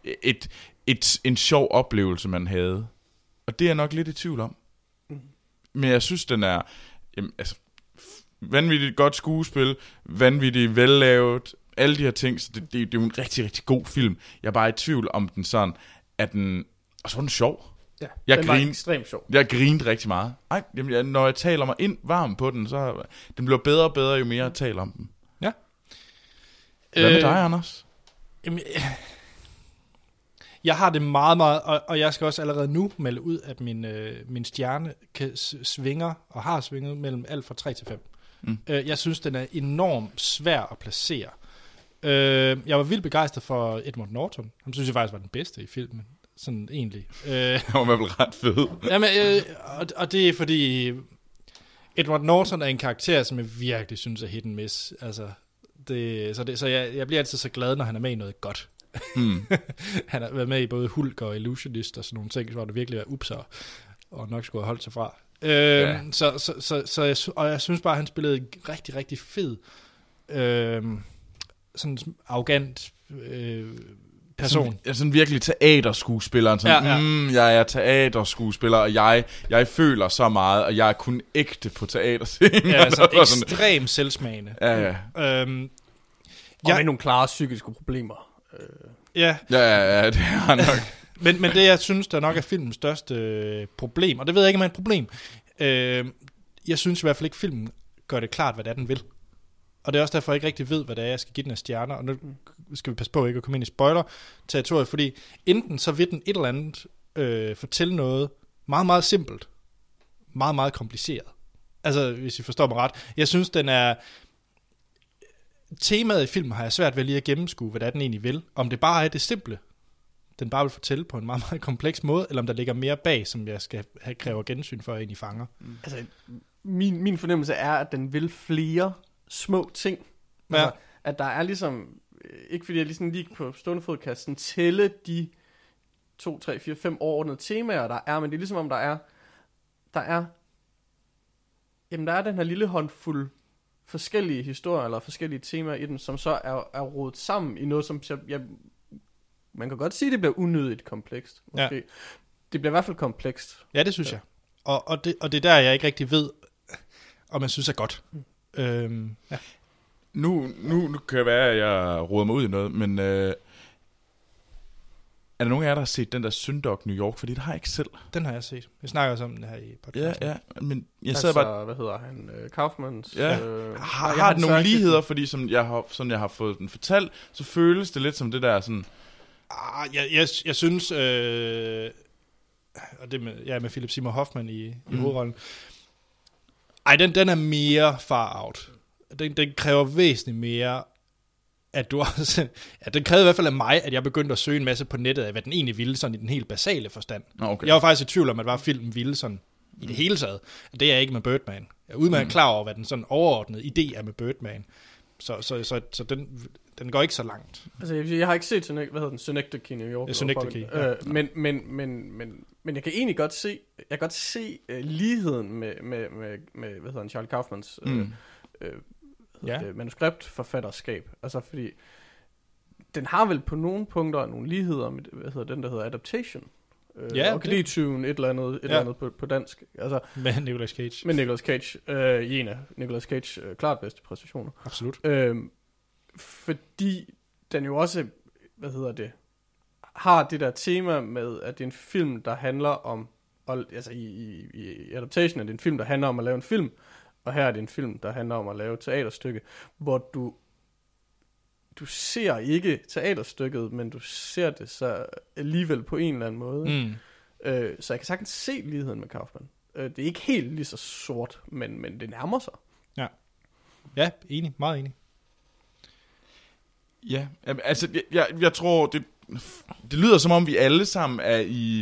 en sjov oplevelse, man havde? Og det er jeg nok lidt i tvivl om. Men jeg synes, den er vanvittigt godt skuespil, vanvittigt vellavet, alle de her ting, så det er jo en rigtig, rigtig god film. Jeg er bare i tvivl om den sådan, at den... Og så var den sjov. Ja, den var ekstremt sjov. Jeg grinede rigtig meget. Når jeg taler mig ind varm på den, så den bliver bedre og bedre, jo mere jeg taler om den. Ja. Hvad med dig, Anders? Jeg har det meget, meget, og jeg skal også allerede nu melde ud, at min stjerne svinger, og har svinget mellem alt fra 3 til 5. Jeg synes, den er enormt svær at placere. Jeg var vildt begejstret for Edward Norton. Han synes jeg faktisk var den bedste i filmen. Sådan egentlig. Han var i hvert fald ret fed. Jamen, og det er fordi Edward Norton er en karakter, som jeg virkelig synes er hit and miss. Altså, så jeg bliver altid så glad, når han er med i noget godt. Han har været med i både Hulk og Illusionist og sådan nogle ting, hvor det virkelig er upser og nok skulle have holdt sig fra. Og jeg synes bare, at han spillede en rigtig, rigtig fed sådan arrogant person. Sådan virkelig teaterskuespilleren. Sådan, jeg er teaterskuespiller, og jeg føler så meget, og jeg er kun ægte på teaterscenen. Ja, altså ekstremt selvsmagende. Ja. Og med nogle klare psykiske problemer. Ja, det er nok. men det, jeg synes, der nok er filmens største problem, og det ved jeg ikke, om er et problem. Jeg synes i hvert fald ikke, filmen gør det klart, hvad det er, den vil. Og det er også derfor, jeg ikke rigtig ved, hvad det er, jeg skal give den af stjerner. Og nu skal vi passe på ikke at komme ind i spoiler-territoriet, fordi enten så vil den et eller andet fortælle noget meget, meget simpelt, meget, meget kompliceret. Altså, hvis I forstår mig ret. Jeg synes, den er... Temaet i filmen har jeg svært ved lige at gennemskue, hvad det er, den egentlig vil. Om det bare er det simple, den bare vil fortælle på en meget, meget kompleks måde, eller om der ligger mere bag, som jeg skal have kræver gensyn for, ind i fanger. Altså, min fornemmelse er, at den vil flere små ting. Ja. Altså, at der er ligesom, ikke fordi jeg ligesom lige på stående fod kan sådan tælle de 2, 3, 4, 5 overordnede temaer, der er, men det er ligesom om der er Jamen, der er den her lille håndfuld forskellige historier, eller forskellige temaer i den, som så er rodet sammen i noget, som man kan godt sige, det bliver unødigt komplekst. Måske. Ja. Det bliver i hvert fald komplekst. Ja, det synes jeg. Og det er der, jeg ikke rigtig ved, om jeg synes er godt. Ja. Nu kan det være, at jeg roder mig ud i noget, men er der nogen af jer, der har set den der Syndog New York? Fordi det har jeg ikke selv. Den har jeg set. Jeg snakker også om den her i podcasten. Ja, men jeg sad bare... Hvad hedder han? Kaufmans? Ja, har den nogle ligheder, fordi som jeg har fået den fortalt, så føles det lidt som det der sådan... Jeg synes... og det med Philip Seymour Hoffman i hovedrollen. Den er mere far out. Den kræver væsentligt mere, at du også... Ja, den krævede i hvert fald af mig, at jeg begyndte at søge en masse på nettet af, hvad den egentlig ville, sådan i den helt basale forstand. Okay. Jeg var faktisk i tvivl om, at var filmen ville sådan i det hele taget. Det er jeg ikke med Birdman. Jeg er udmærket klar over, hvad den sådan overordnede idé er med Birdman. Så den går ikke så langt. Altså, jeg har ikke set Synecdoche i New York. Ja, Synecdoche, ja. Men jeg kan egentlig godt se ligheden med hvad hedder han, Charlie Kaufmans manuskriptforfatterskab. Altså, fordi den har vel på nogle punkter nogle ligheder med, den der hedder Adaptation. Og Glee-tune, et eller andet på dansk. Altså, med Nicolas Cage. Med Nicolas Cage. En af Nicolas Cage klart bedste præstationer. Absolut. Fordi den jo også, har det der tema med, at det er en film, der handler om, altså i Adaptation er det en film, der handler om at lave en film, og her er det en film, der handler om at lave et teaterstykke, hvor du ser ikke teaterstykket, men du ser det så alligevel på en eller anden måde. Så jeg kan sagtens se ligheden med Kaufman. Det er ikke helt lige så sort, men det nærmer sig. Ja, enig. Meget enig. Ja, altså jeg tror, det lyder som om vi alle sammen er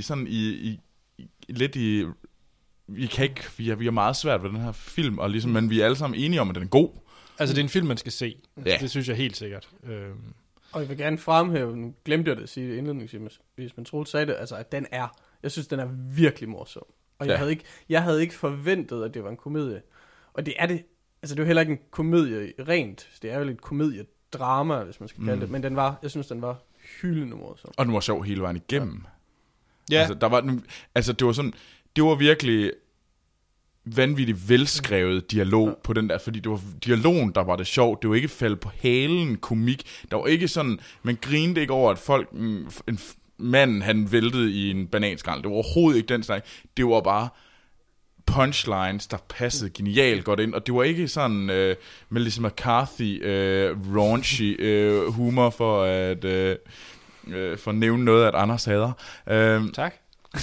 vi er meget svært ved den her film, og ligesom, men vi er alle sammen enige om, at den er god. Altså det er en film, man skal se. Ja. Det synes jeg helt sikkert. Og jeg vil gerne fremhæve, nu glemte jeg det at sige det indledningsvis, men Troels sagde det, altså at jeg synes, den er virkelig morsom. Og jeg havde ikke forventet, at det var en komedie. Og det er det, altså det er jo heller ikke en komedie rent, det er jo lidt komediedrama, hvis man skal kalde det, men jeg synes, den var hyldende morsom. Og den var sjov hele vejen igennem. Ja. Altså, det var virkelig vanvittigt velskrevet dialog på den der, fordi det var dialogen, der var det sjovt. Det var ikke faldet på halen komik. Der var ikke sådan, man grinede ikke over, at manden han væltede i en bananskrald. Det var overhovedet ikke den snak. Det var bare punchlines, der passede genialt godt ind, og det var ikke sådan Melissa McCarthy raunchy humor for at nævne noget, at Anders hader. Tak.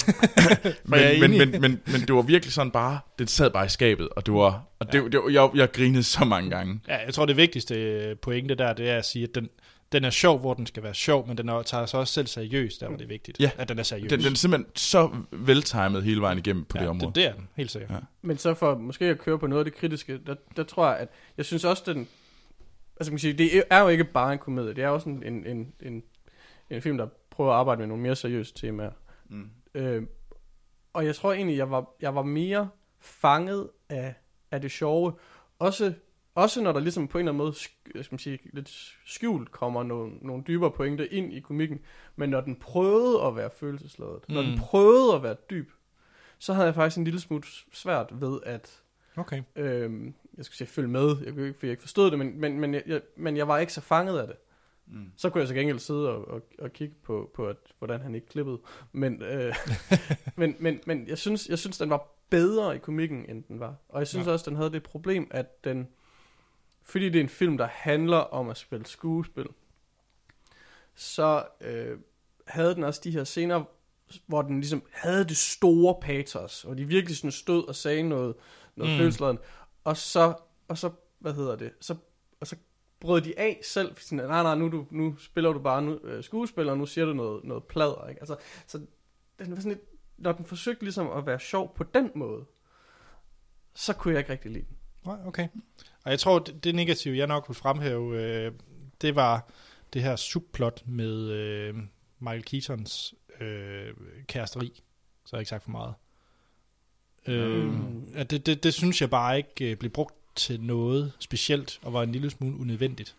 men det var virkelig sådan bare, det sad bare i skabet, og det var, jeg grinede så mange gange. Ja, jeg tror det vigtigste pointe der, det er at sige, at den er sjov, hvor den skal være sjov, men den tager sig også selv seriøst, der hvor det er vigtigt, at den er seriøs. Den er simpelthen så veltimet hele vejen igennem på det område. Det er den, helt sikkert. Ja. Men så for måske at køre på noget af det kritiske, der tror jeg, at jeg synes også, den, altså man kan sige, det er jo ikke bare en komedie, det er også en film, der prøver at arbejde med nogle mere seriøse temaer. Og jeg tror egentlig, jeg var mere fanget af det sjove, også når der ligesom på en eller anden måde, skal man sige, lidt skjult kommer nogle dybere pointer ind i komikken, men når den prøvede at være følelsesladet, når den prøvede at være dyb, så havde jeg faktisk en lille smule svært ved at jeg skal sige, følge med. Jeg kunne ikke, for jeg ikke forstod det, men jeg var ikke så fanget af det. Så kunne jeg så gengæld sidde og kigge på hvordan han ikke klippede. Men jeg synes den var bedre i komikken, end den var. Og jeg synes også, den havde det problem, at den, fordi det er en film, der handler om at spille skuespil, så havde den også de her scener, hvor den ligesom havde det store patos, og de virkelig sådan stod og sagde noget følelsesladen, og så brød de af selv, sådan, nej, nu spiller du bare skuespiller, og nu siger du noget plader, ikke? Altså, så den var sådan lidt, når den forsøgte ligesom at være sjov på den måde, så kunne jeg ikke rigtig lide den. Nej, okay. Og jeg tror, det negative, jeg nok vil fremhæve, det var det her subplot med Michael Keatons kæresteri. Så har jeg ikke sagt for meget. Det synes jeg bare ikke blev brugt til noget specielt, og var en lille smule unødvendigt.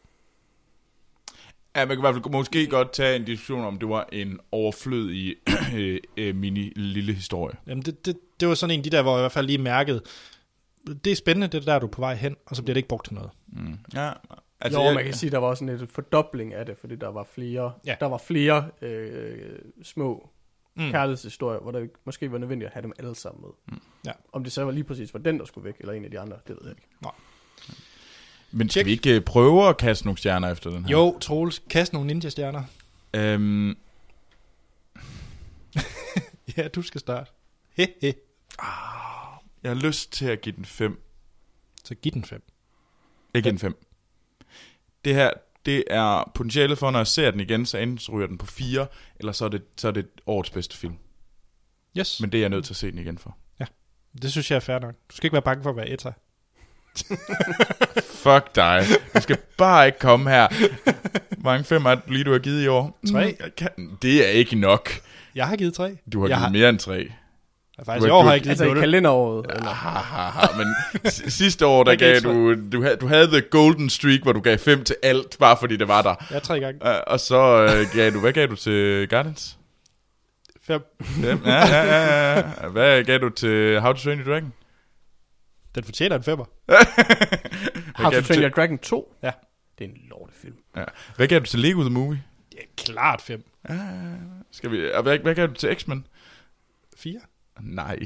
Ja, man kan i hvert fald måske godt tage en diskussion om, det var en overflødig mini lille historie. Jamen, det var sådan en af de der, hvor jeg i hvert fald lige mærkede, det er spændende, det der, du er på vej hen, og så bliver det ikke brugt til noget. Ja, altså, man kan sige, der var sådan et fordobling af det, fordi der var flere små kærlighedshistorier, hvor der måske var nødvendigt at have dem alle sammen med. Ja. Om det så var lige præcis for den, der skulle væk, eller en af de andre, det ved jeg ikke. Nej. Men skal vi ikke prøve at kaste nogle stjerner efter den her? Jo, Troels, kast nogle ninja-stjerner. Ja, du skal starte. Jeg har lyst til at give den 5. Så giv den 5. Jeg giver den 5. Det her, det er potentialet for, når jeg ser den igen, så enten så ryger den på 4, eller så er det årets bedste film. Yes. Men det er jeg nødt til at se den igen for. Ja, det synes jeg er fair nok. Du skal ikke være bange for at være etter. Fuck dig. Du skal bare ikke komme her. Hvor mange 5 er det lige, du har givet i år? 3. Det er ikke nok. Jeg har givet 3. Du har givet mere end 3. Faktisk i år har jeg givet 0. Altså i kalenderåret. Men sidste år, der gav du havde the golden streak, hvor du gav 5 til alt, bare fordi det var der. Ja, 3 gange. Og så hvad gav du til Guardians? 5. Ja. Hvad gav du til How to Train Your Dragon? Den fortjener en 5'er. How to Train Your Dragon 2? Ja. Det er en lortefilm. Ja. Hvad gav du til Lego The Movie? Ja, klart 5. Hvad gav du til X-Men? 4. Nej.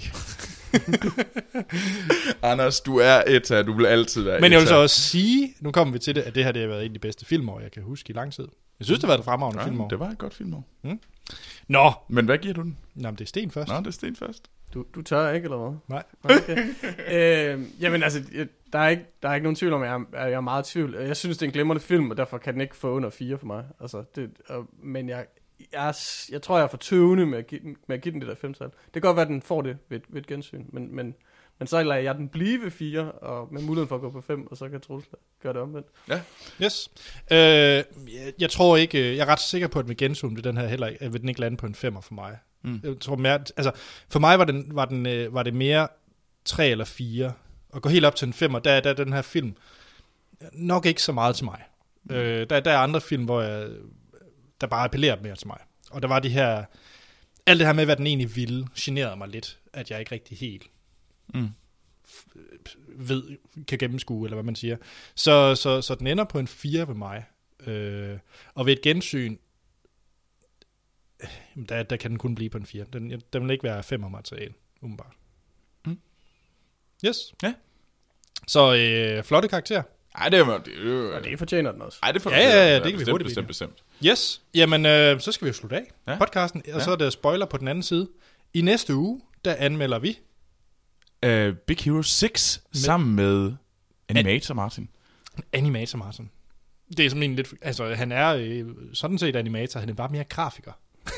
Anders, du er etta. Du vil altid være etta. Men jeg vil så også sige, nu kommer vi til det, at det her det har været en af de bedste filmår, jeg kan huske i lang tid. Jeg synes, det har været et fremragende filmår. Det var et godt filmår. Nå. Men hvad giver du den? Nå, det er Sten først. Nå, det er Sten først. Du tør ikke, eller hvad? Nej. Okay. Jamen altså, der er ikke nogen tvivl om, at jeg er meget i tvivl. Jeg synes, det er en glimrende film, og derfor kan den ikke få under 4 for mig. Altså, men jeg tror, jeg er for tøvende med at give den det der 5-tal. Det kan godt være, at den får det ved et gensyn, men så lader jeg den blive ved 4, og med muligheden for at gå på 5, og så kan Troels gøre det omvendt. Ja. Yes. Jeg tror ikke, jeg er ret sikker på, at med gensyn vil den her heller vil den ikke lande på en 5'er for mig. Jeg tror mere, altså for mig var det mere 3 eller 4. At gå helt op til en 5'er, der er den her film nok ikke så meget til mig. Der er andre film, hvor der bare appellerer mere til mig. Og der var de her, alt det her med, hvad den egentlig ville, generede mig lidt, at jeg ikke rigtig helt kan gennemskue, eller hvad man siger. Så den ender på en 4 ved mig. Og ved et gensyn, der kan den kun blive på en 4. Den vil ikke være 5'er materiale, umiddelbart. Yes. Ja. Så flotte karakter. Ej, det fortjener den også. Ej, det det kan vi hurtigt bestemt. Yes. Jamen, så skal vi jo slutte af podcasten, og så er der spoiler på den anden side. I næste uge, der anmelder vi Big Hero 6 sammen med Animator Martin. Animator Martin. Det er simpelthen lidt, altså han er sådan set animator, han er bare mere grafiker.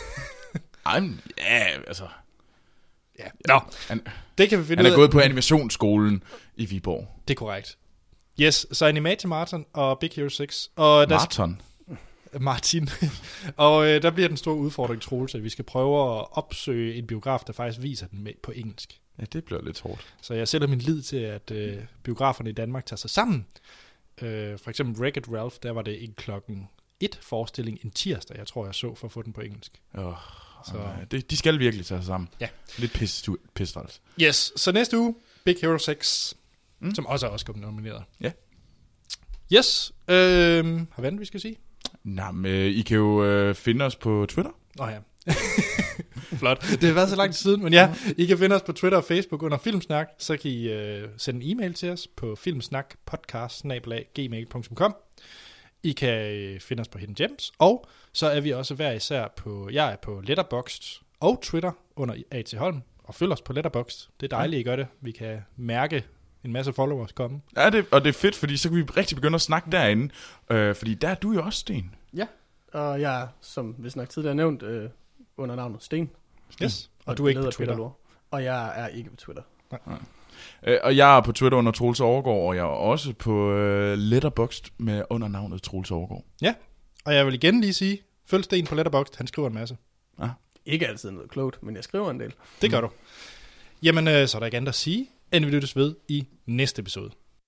Altså. Ja. Nå, det kan vi finde ud af. Han er gået på animationsskolen i Viborg. Det er korrekt. Yes, så Animator Martin og Big Hero 6. Og Martin. Og der bliver den store udfordring, Troels, at vi skal prøve at opsøge en biograf, der faktisk viser den med på engelsk. Ja, det bliver lidt hårdt. Så jeg sætter min lid til, at biograferne i Danmark tager sig sammen. For eksempel Wreck-It Ralph, der var det en 1 forestilling en tirsdag, jeg tror, jeg så for at få den på engelsk. De skal virkelig tage sig sammen. Ja. Lidt pistræls. Yes, så næste uge, Big Hero 6, som også er Oscar nomineret. Ja. Yes, har vi andet, vi skal sige? Nej, men I kan jo finde os på Twitter. Ja. Flot. Det har været så lang tid siden, men ja, I kan finde os på Twitter og Facebook under Filmsnak. Så kan I sende en e-mail til os på filmsnakpodcast@gmail.com. I kan finde os på Hidden Gems, og så er vi også hver især jeg er på Letterboxd og Twitter under A.T. Holm, og følg os på Letterboxd. Det er dejligt, I gør det. Vi kan mærke en masse followers komme. Ja, og det er fedt, fordi så kan vi rigtig begynde at snakke derinde, fordi der er du jo også, Sten. Ja, og jeg er, som vi snakkede tidligere nævnt, under navnet Sten. Yes, og du er ikke på Twitter. Og jeg er ikke på Twitter. Nej. Og jeg er på Twitter under Troels Overgaard, og jeg er også på Letterboxd med under navnet Troels Overgaard. Ja, og jeg vil igen lige sige, følg Sten på Letterboxd, han skriver en masse. Ja. Ikke altid noget klogt, men jeg skriver en del. Det gør du. Jamen, så er der ikke andet at sige, end vi lyttes ved i næste episode.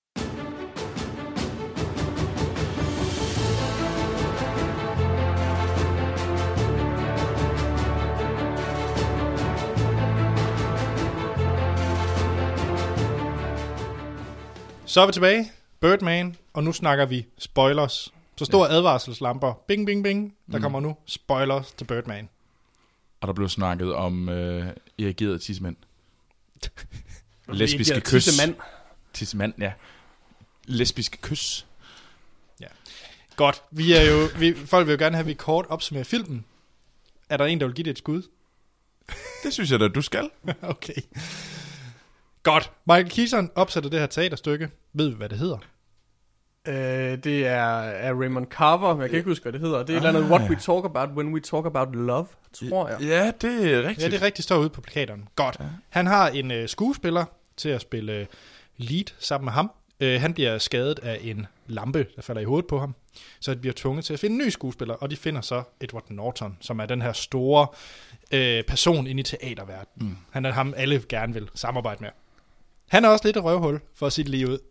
Så er vi tilbage. Birdman, og nu snakker vi spoilers. Så store advarselslamper. Bing, bing, bing. Der kommer nu spoilers til Birdman. Og der blev snakket om erigerede tissemænd. Lesbiske kys. Tissemand, ja. Lesbiske kys. Ja. Godt. Folk vil jo gerne have, at vi kort opsummerer filmen. Er der en, der vil give det et skud? Det synes jeg da, du skal. Okay. Godt. Michael Keaton opsætter det her teaterstykke. Ved vi, hvad det hedder? Det er Raymond Carver, men jeg kan ikke huske, hvad det hedder. Det er et eller andet What We Talk About When We Talk About Love, tror jeg. Ja, det er rigtigt. Ja, det er rigtigt, står ude på plakaterne. Godt. Ja. Han har en skuespiller til at spille lead sammen med ham. Han bliver skadet af en lampe, der falder i hovedet på ham. Så de bliver tvunget til at finde en ny skuespiller, og de finder så Edward Norton, som er den her store person inde i teaterverdenen. Han er ham, alle gerne vil samarbejde med. Han er også lidt et røvhul for sit liv ud.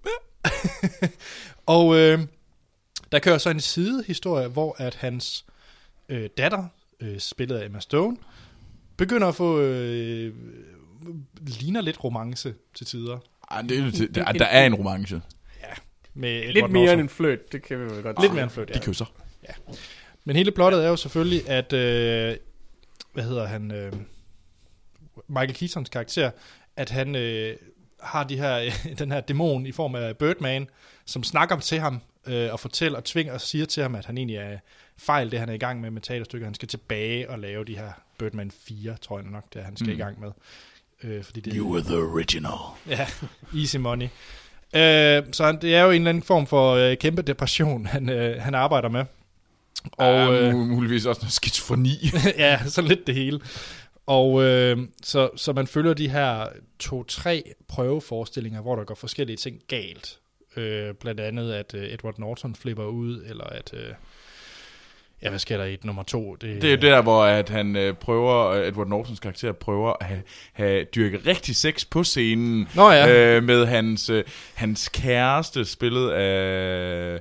Og der kører så en sidehistorie, hvor at hans datter, spillet af Emma Stone, begynder at få ligner lidt romance til tider. Der er en romance. Ja, med lidt mere end en fløjt, det kan vi vel godt. Lidt mere end en fløjt, ja. De kysser. Ja. Men hele plottet er jo selvfølgelig, at Michael Keatons karakter, at han har den her dæmon i form af Birdman, som snakker til ham og fortæller og tvinger og siger til ham, at han egentlig er fejl, det han er i gang med teaterstykker. Han skal tilbage og lave de her Birdman 4, tror jeg nok, det er, han skal i gang med. Fordi det, you were the original. Ja, easy money. Så det er jo en eller anden form for kæmpe depression, han arbejder med. Og muligvis også noget skizofreni. Ja, så lidt det hele. Og så man følger de her 2-3 prøveforestillinger, hvor der går forskellige ting galt. Blandt andet, at Edward Norton flipper ud, eller at... hvad sker der i nummer 2? Det er jo der, hvor at han Edward Nortons karakter prøver at have dyrket rigtig sex på scenen. Nå, ja. Med hans kæreste, spillet af...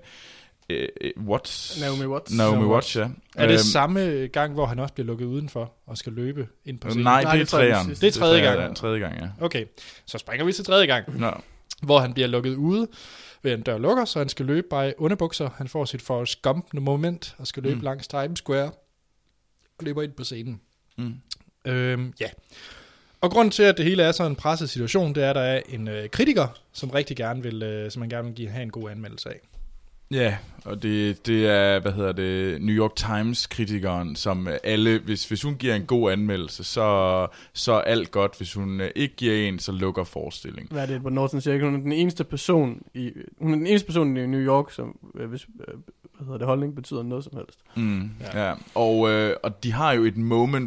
Naomi Watts, ja. Er det samme gang, hvor han også bliver lukket udenfor og skal løbe ind på scenen? Nej, det er tredje gang. Det er tredje gang. Ja, tredje gang, ja. Okay, så springer vi til tredje gang. Nå. Hvor han bliver lukket ude ved en dør lukker, så han skal løbe bare i underbukser. Han får sit Forrest Gump-moment og skal løbe langs Times Square og løber ind på scenen. Ja. Og grunden til, at det hele er sådan en presset situation, det er, at der er en kritiker, som rigtig gerne vil, som man gerne vil have en god anmeldelse af. Ja, og det er, New York Times-kritikeren, som alle, hvis hun giver en god anmeldelse, så er alt godt. Hvis hun ikke giver en, så lukker forestillingen. Hvad er det, Edward Norton siger? Hun er den eneste person i New York, som hvis holdning betyder noget som helst. Ja. Og de har jo et moment,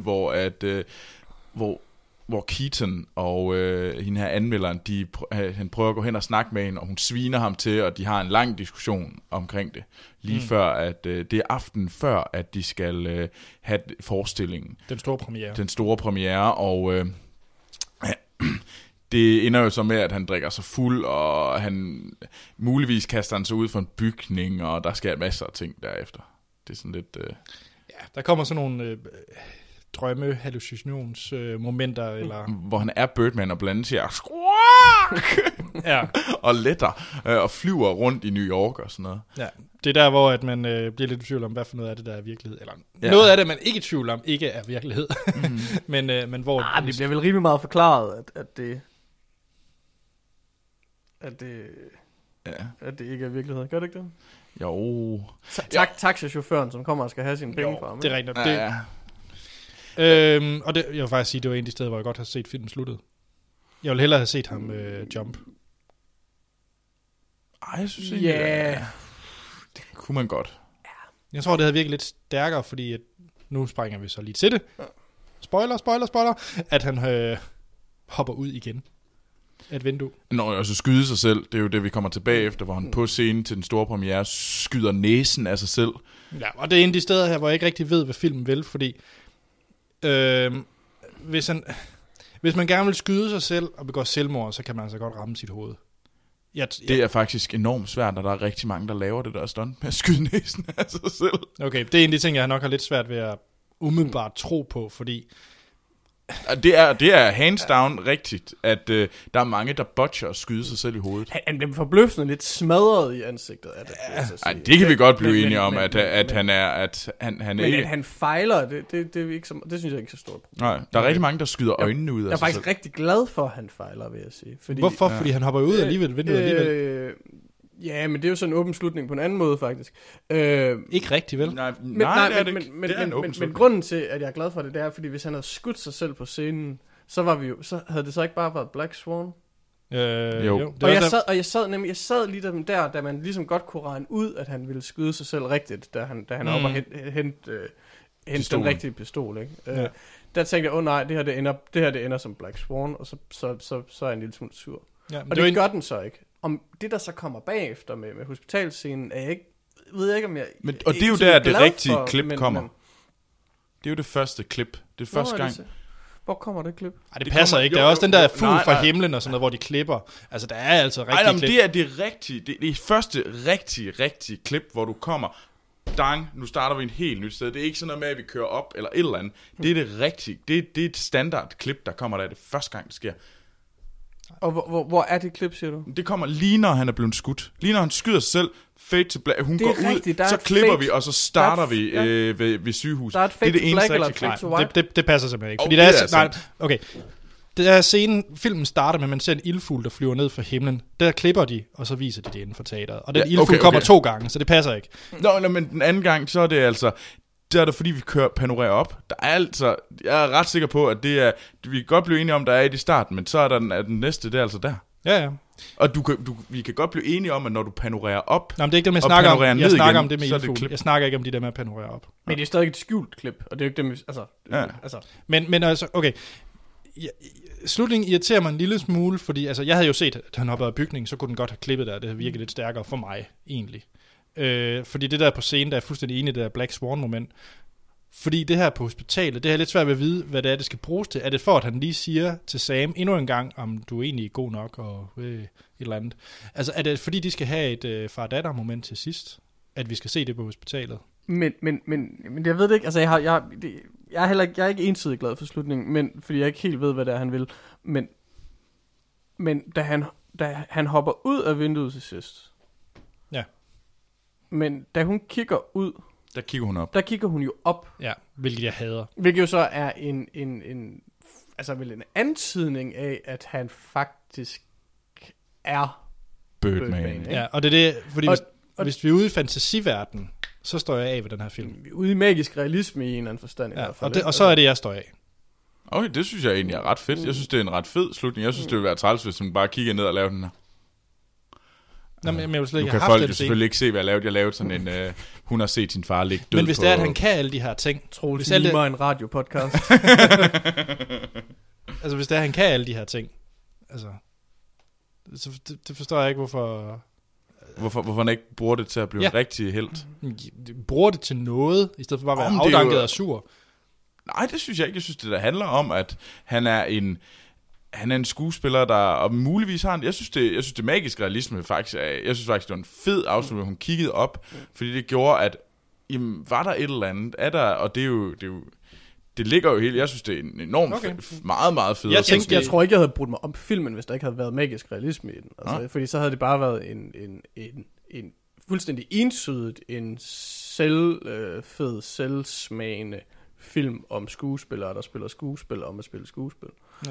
hvor Keaton og hende her anmelderen, han prøver at gå hen og snakke med hende, og hun sviner ham til, og de har en lang diskussion omkring det. Lige før, at det er aften før, at de skal have forestillingen. Den store premiere, og det ender jo så med, at han drikker sig fuld, og han muligvis kaster han sig ud for en bygning, og der sker masser af ting derefter. Det er sådan lidt... Ja, der kommer sådan nogle... drømme-hallucinationsmomenter, eller... Hvor han er Birdman og blandt siger squawk! Ja. Og letter, og flyver rundt i New York og sådan noget. Ja, det er der, hvor at man bliver lidt i tvivl om, hvad for noget af det, der er virkelighed. Eller noget af det, man ikke er i tvivl om, ikke er virkelighed. men hvor... det bliver vel rimelig meget forklaret, at det ikke er virkelighed. Gør det ikke det? Jo. Taxachaufføren, som kommer og skal have sine penge fra ham. Det er rigtigt. Ja. Og det, jeg vil faktisk sige, det var en af de steder, hvor jeg godt har set filmen sluttet. Jeg ville hellere have set ham jump. Jeg synes ikke, det kunne man godt. Jeg tror, det havde virket lidt stærkere, fordi at nu springer vi så lige til det. Spoiler. At han hopper ud igen. Et vindue. Så skyde sig selv, det er jo det, vi kommer tilbage efter, hvor han på scenen til den store premiere skyder næsen af sig selv. Ja, og det er en af de steder her, hvor jeg ikke rigtig ved, hvad filmen vil, fordi hvis Hvis man gerne vil skyde sig selv og begå selvmord, så kan man altså godt ramme sit hoved. Det er faktisk enormt svært, når der er rigtig mange, der laver det der stunt med at skyde næsen af sig selv. Okay, det er en af de ting, jeg nok har lidt svært ved at umiddelbart tro på, fordi... Det er hands down rigtigt, at der er mange, der botcher at skyde sig selv i hovedet. Han bliver forbløffende lidt smadret i ansigtet af det. Ej, det kan vi godt blive enige om, at han er... Men at han fejler, det er ikke så, det synes jeg ikke er så stort problem. Nej, der er rigtig mange, der skyder øjnene ud af sig. Jeg er faktisk rigtig glad for, at han fejler, vil jeg sige. Fordi, hvorfor? Fordi han hopper ud alligevel, vinduet alligevel. Ja, men det er jo sådan en åben slutning på en anden måde, faktisk. Ikke rigtigt, vel? Nej, det er det ikke. Men grunden til, at jeg er glad for det, det er, fordi hvis han havde skudt sig selv på scenen, så havde det så ikke bare været Black Swan. Jo. Jeg sad lige der, da man ligesom godt kunne regne ud, at han ville skyde sig selv rigtigt, da han er oppe og hente den rigtige pistol, ikke? Ja. Der tænkte jeg, nej, det her ender som Black Swan, og så er jeg en lille smule sur. Ja, og det gør den så ikke. Om det, der så kommer bagefter med hospitalscenen, er jeg ikke, ved jeg ikke, om jeg... Og det er jo der, det rigtige klip kommer. Det er jo det første klip. Det er første gang. Hvor kommer det klip? Ej, det passer ikke. Der er også den der fugl fra himlen og sådan noget, hvor de klipper. Altså, der er altså rigtig klip. Det er det rigtige. Det er første rigtige klip, hvor du kommer... Dang, nu starter vi en helt nyt sted. Det er ikke sådan noget med, at vi kører op eller et eller andet. Det er det rigtige. Det er et standard klip, der kommer der. Det er første gang, det sker. Og hvor er det klip, siger du? Det kommer lige når han er blevet skudt. Lige når han skyder sig selv, fade to black. Hun går rigtigt, ud, så klipper vi, og så starter vi ved sygehuset. Der er et fade det to black eller et fade to white? Det passer simpelthen ikke. Fordi det er scenen, filmen starter med, at man ser en ildfugl, der flyver ned fra himlen. Der klipper de, og så viser de det inden for teateret. Og den ildfugl kommer 2 gange, så det passer ikke. Nå, men den anden gang, så er det altså... Det er det, fordi vi panorerer op. Der er altså... Jeg er ret sikker på, at det er... Vi kan godt blive enige om, der er i starten, men så er der den næste, det er altså der. Ja. Og vi kan godt blive enige om, at når du panorerer op... Nå, men det er ikke det, jeg snakker om. Jeg snakker om det med ildfugl. Jeg snakker ikke om de der med at panorere op. Men det er stadig et skjult klip, og det er jo ikke det, altså... Men altså, okay... Slutningen irriterer mig en lille smule, fordi altså, jeg havde jo set, at han hoppede af bygningen, så kunne den godt have klippet der. Det havde virket lidt stærkere for mig, egentlig. Fordi det der på scenen, der er fuldstændig enig i det der Black Swan-moment. Fordi det her på hospitalet, det er lidt svært ved at vide, hvad det er, det skal bruges til. Er det for, at han lige siger til Sam endnu en gang, om du er egentlig god nok og et eller andet? Altså, er det fordi, de skal have et far-datter-moment til sidst, at vi skal se det på hospitalet? Men jeg ved det ikke. Altså, jeg er ikke ensidigt glad for slutningen, men fordi jeg ikke helt ved, hvad det er, han vil. Men da han hopper ud af vinduet til sidst. Ja. Men da hun kigger ud, der kigger hun op. Der kigger hun jo op. Ja, hvilket jeg hader. Hvilket jo så er en antydning af, at han faktisk er Birdman. Ja, og det er det, fordi hvis vi er ude i fantasiverdenen, så står jeg af ved den her film. Vi er ude i magisk realisme i en eller anden forstand i hvert fald. Og så er det, jeg står af. Okay, det synes jeg egentlig er ret fedt. Jeg synes, det er en ret fed slutning. Jeg synes, det ville være træls, hvis hun bare kigger ned og laver den her. Nå, men jeg vil slet ikke have haft folk det selvfølgelig ikke se, hvad jeg lavede. Jeg lavede sådan en, hun har set sin far ligge død. Men hvis det er, at han kan alle de her ting. Troels limer en radiopodcast. Altså, hvis det er, at han kan alle de her ting. Altså, det forstår jeg ikke, Hvorfor han ikke bruger det til at blive en rigtig helt? Bruger det til noget, i stedet for bare at være afdanket og sur. Nej, det synes jeg ikke. Jeg synes, det der handler om, at han er en skuespiller, der og muligvis har jeg synes det magiske realisme faktisk jeg synes faktisk det var en fed afslutning, hun kiggede op, fordi det gjorde at jamen, var der et eller andet er der, og det er jo det ligger jo helt, jeg synes det er en enormt meget meget fed. Jeg tror ikke jeg havde brudt mig om filmen, hvis der ikke havde været magisk realisme i den, altså, fordi så havde det bare været en fuldstændig entydigt en fed selvsmagende film om skuespillere, der spiller skuespil om at spille skuespil. Ja.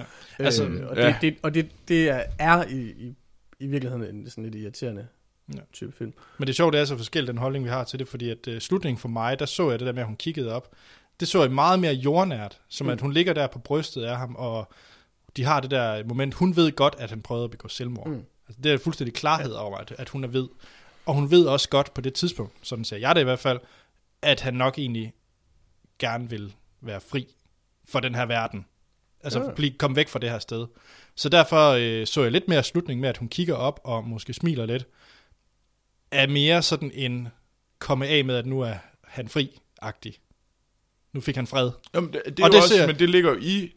Det er i virkeligheden en sådan lidt irriterende type film. Men det er sjovt, det er så forskelligt den holdning, vi har til det, fordi at slutningen for mig, der så jeg det der med, at hun kiggede op. Det så jeg meget mere jordnært, som at hun ligger der på brystet af ham, og de har det der moment, hun ved godt, at han prøvede at begå selvmord. Altså, det er fuldstændig klarhed over, at hun er ved. Og hun ved også godt på det tidspunkt, sådan ser jeg det i hvert fald, at han nok egentlig gerne vil være fri for den her verden. Altså komme væk fra det her sted. Så derfor så jeg lidt mere slutning med, at hun kigger op og måske smiler lidt. Er mere sådan en komme af med, at nu er han fri-agtig. Nu fik han fred. Jamen, det er også, men det ligger jo i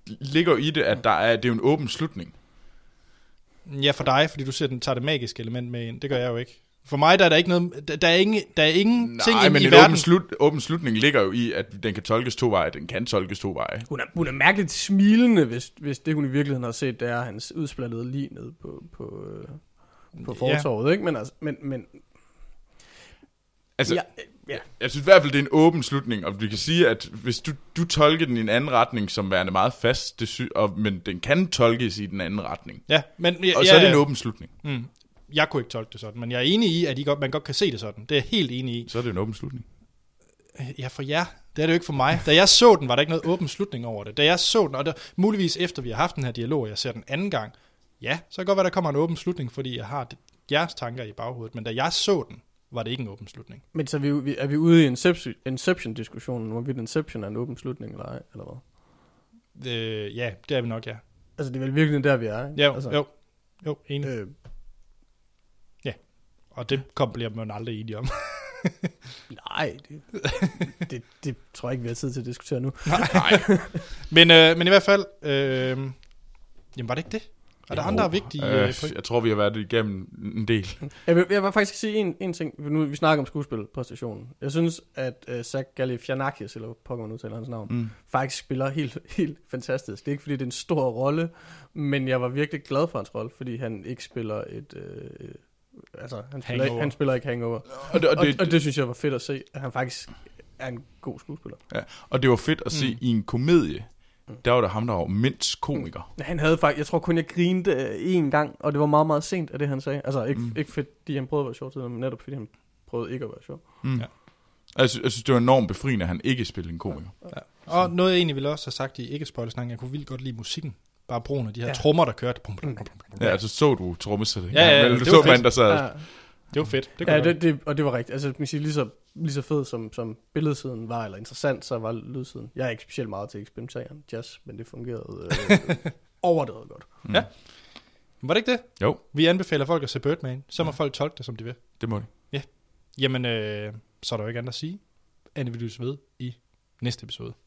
ligger jo i det, at det er jo en åben slutning. Ja, for dig, fordi du siger, den tager det magiske element med ind. Det gør jeg jo ikke. For mig der er der ikke noget, der er ingen ting men i en verden. åben slutning ligger jo i, at den kan tolkes 2 veje. Den kan tolkes 2 veje. Hun er mærkeligt smilende, hvis det hun i virkeligheden har set, det er hans udsplattede lig nede på fortorvet, ikke? Men altså, ja. Jeg synes i hvert fald, det er en åben slutning, og vi kan sige, at hvis du tolker den i en anden retning, som værende meget fast, men den kan tolkes i den anden retning. Ja, men og så er det en åben slutning. Jeg kunne ikke tolke det sådan, men jeg er enig i, at man godt kan se det sådan. Det er jeg helt enig i. Så er det en åben slutning. Ja, for jer. Det er det jo ikke for mig. Da jeg så den, var der ikke noget åben slutning over det. Da jeg så den, og muligvis efter vi har haft den her dialog, og jeg ser den anden gang, ja, så kan det godt være, der kommer en åben slutning, fordi jeg har jeres tanker i baghovedet. Men da jeg så den, var det ikke en åben slutning. Men så er vi ude i Inception-diskussionen, hvorvidt Inception er en åben slutning eller ej, eller hvad? Ja, det er vi nok, ja. Altså, det er vel virkelig der, vi er, ikke? Jo, altså, jo, enig. Ja, og det bliver man aldrig enige om. Nej, det tror jeg ikke, vi har tid til at diskutere nu. Nej. Men i hvert fald, jamen var det ikke det? Er der andre vigtige jeg tror, vi har været igennem en del. Jeg vil faktisk sige en ting. Nu vi snakker om skuespilpræstationen. Jeg synes, at Zach Galifianakis, eller Pokémon udtaler hans navn, faktisk spiller helt fantastisk. Det er ikke, fordi det er en stor rolle, men jeg var virkelig glad for hans rolle, fordi han ikke spiller han spiller ikke Hangover. Og det synes jeg var fedt at se, at han faktisk er en god skuespiller. Ja, og det var fedt at se i en komedie. Der var der ham, der var mindst komiker. Han havde faktisk, jeg tror kun jeg grinede en gang, og det var meget, meget sent af det, han sagde. Altså ikke fordi han prøvede at være sjov, men netop fordi han prøvede ikke at være sjov. Ja. Jeg synes, det var enormt befriende, at han ikke spillede en komiker. Ja. Og noget jeg egentlig ville også have sagt i ikke-spoilersnakken, jeg kunne vildt godt lide musikken. Bare brugen af de her trommer, der kørte. Ja, altså så du trommesættet. Ja, det var så fedt. man, der sad. Ja. Det var fedt. Og det var rigtigt. Altså, man siger, lige så fed som billedsiden var, eller interessant, så var lydsiden. Jeg er ikke specielt meget til eksperimenteren jazz, men det fungerede overdrevet godt. Ja. Var det ikke det? Jo. Vi anbefaler folk at se Birdman. Så må folk tolke det, som de vil. Det må de. Ja. Jamen, så er der jo ikke andet at sige, end vi lyttes ved i næste episode.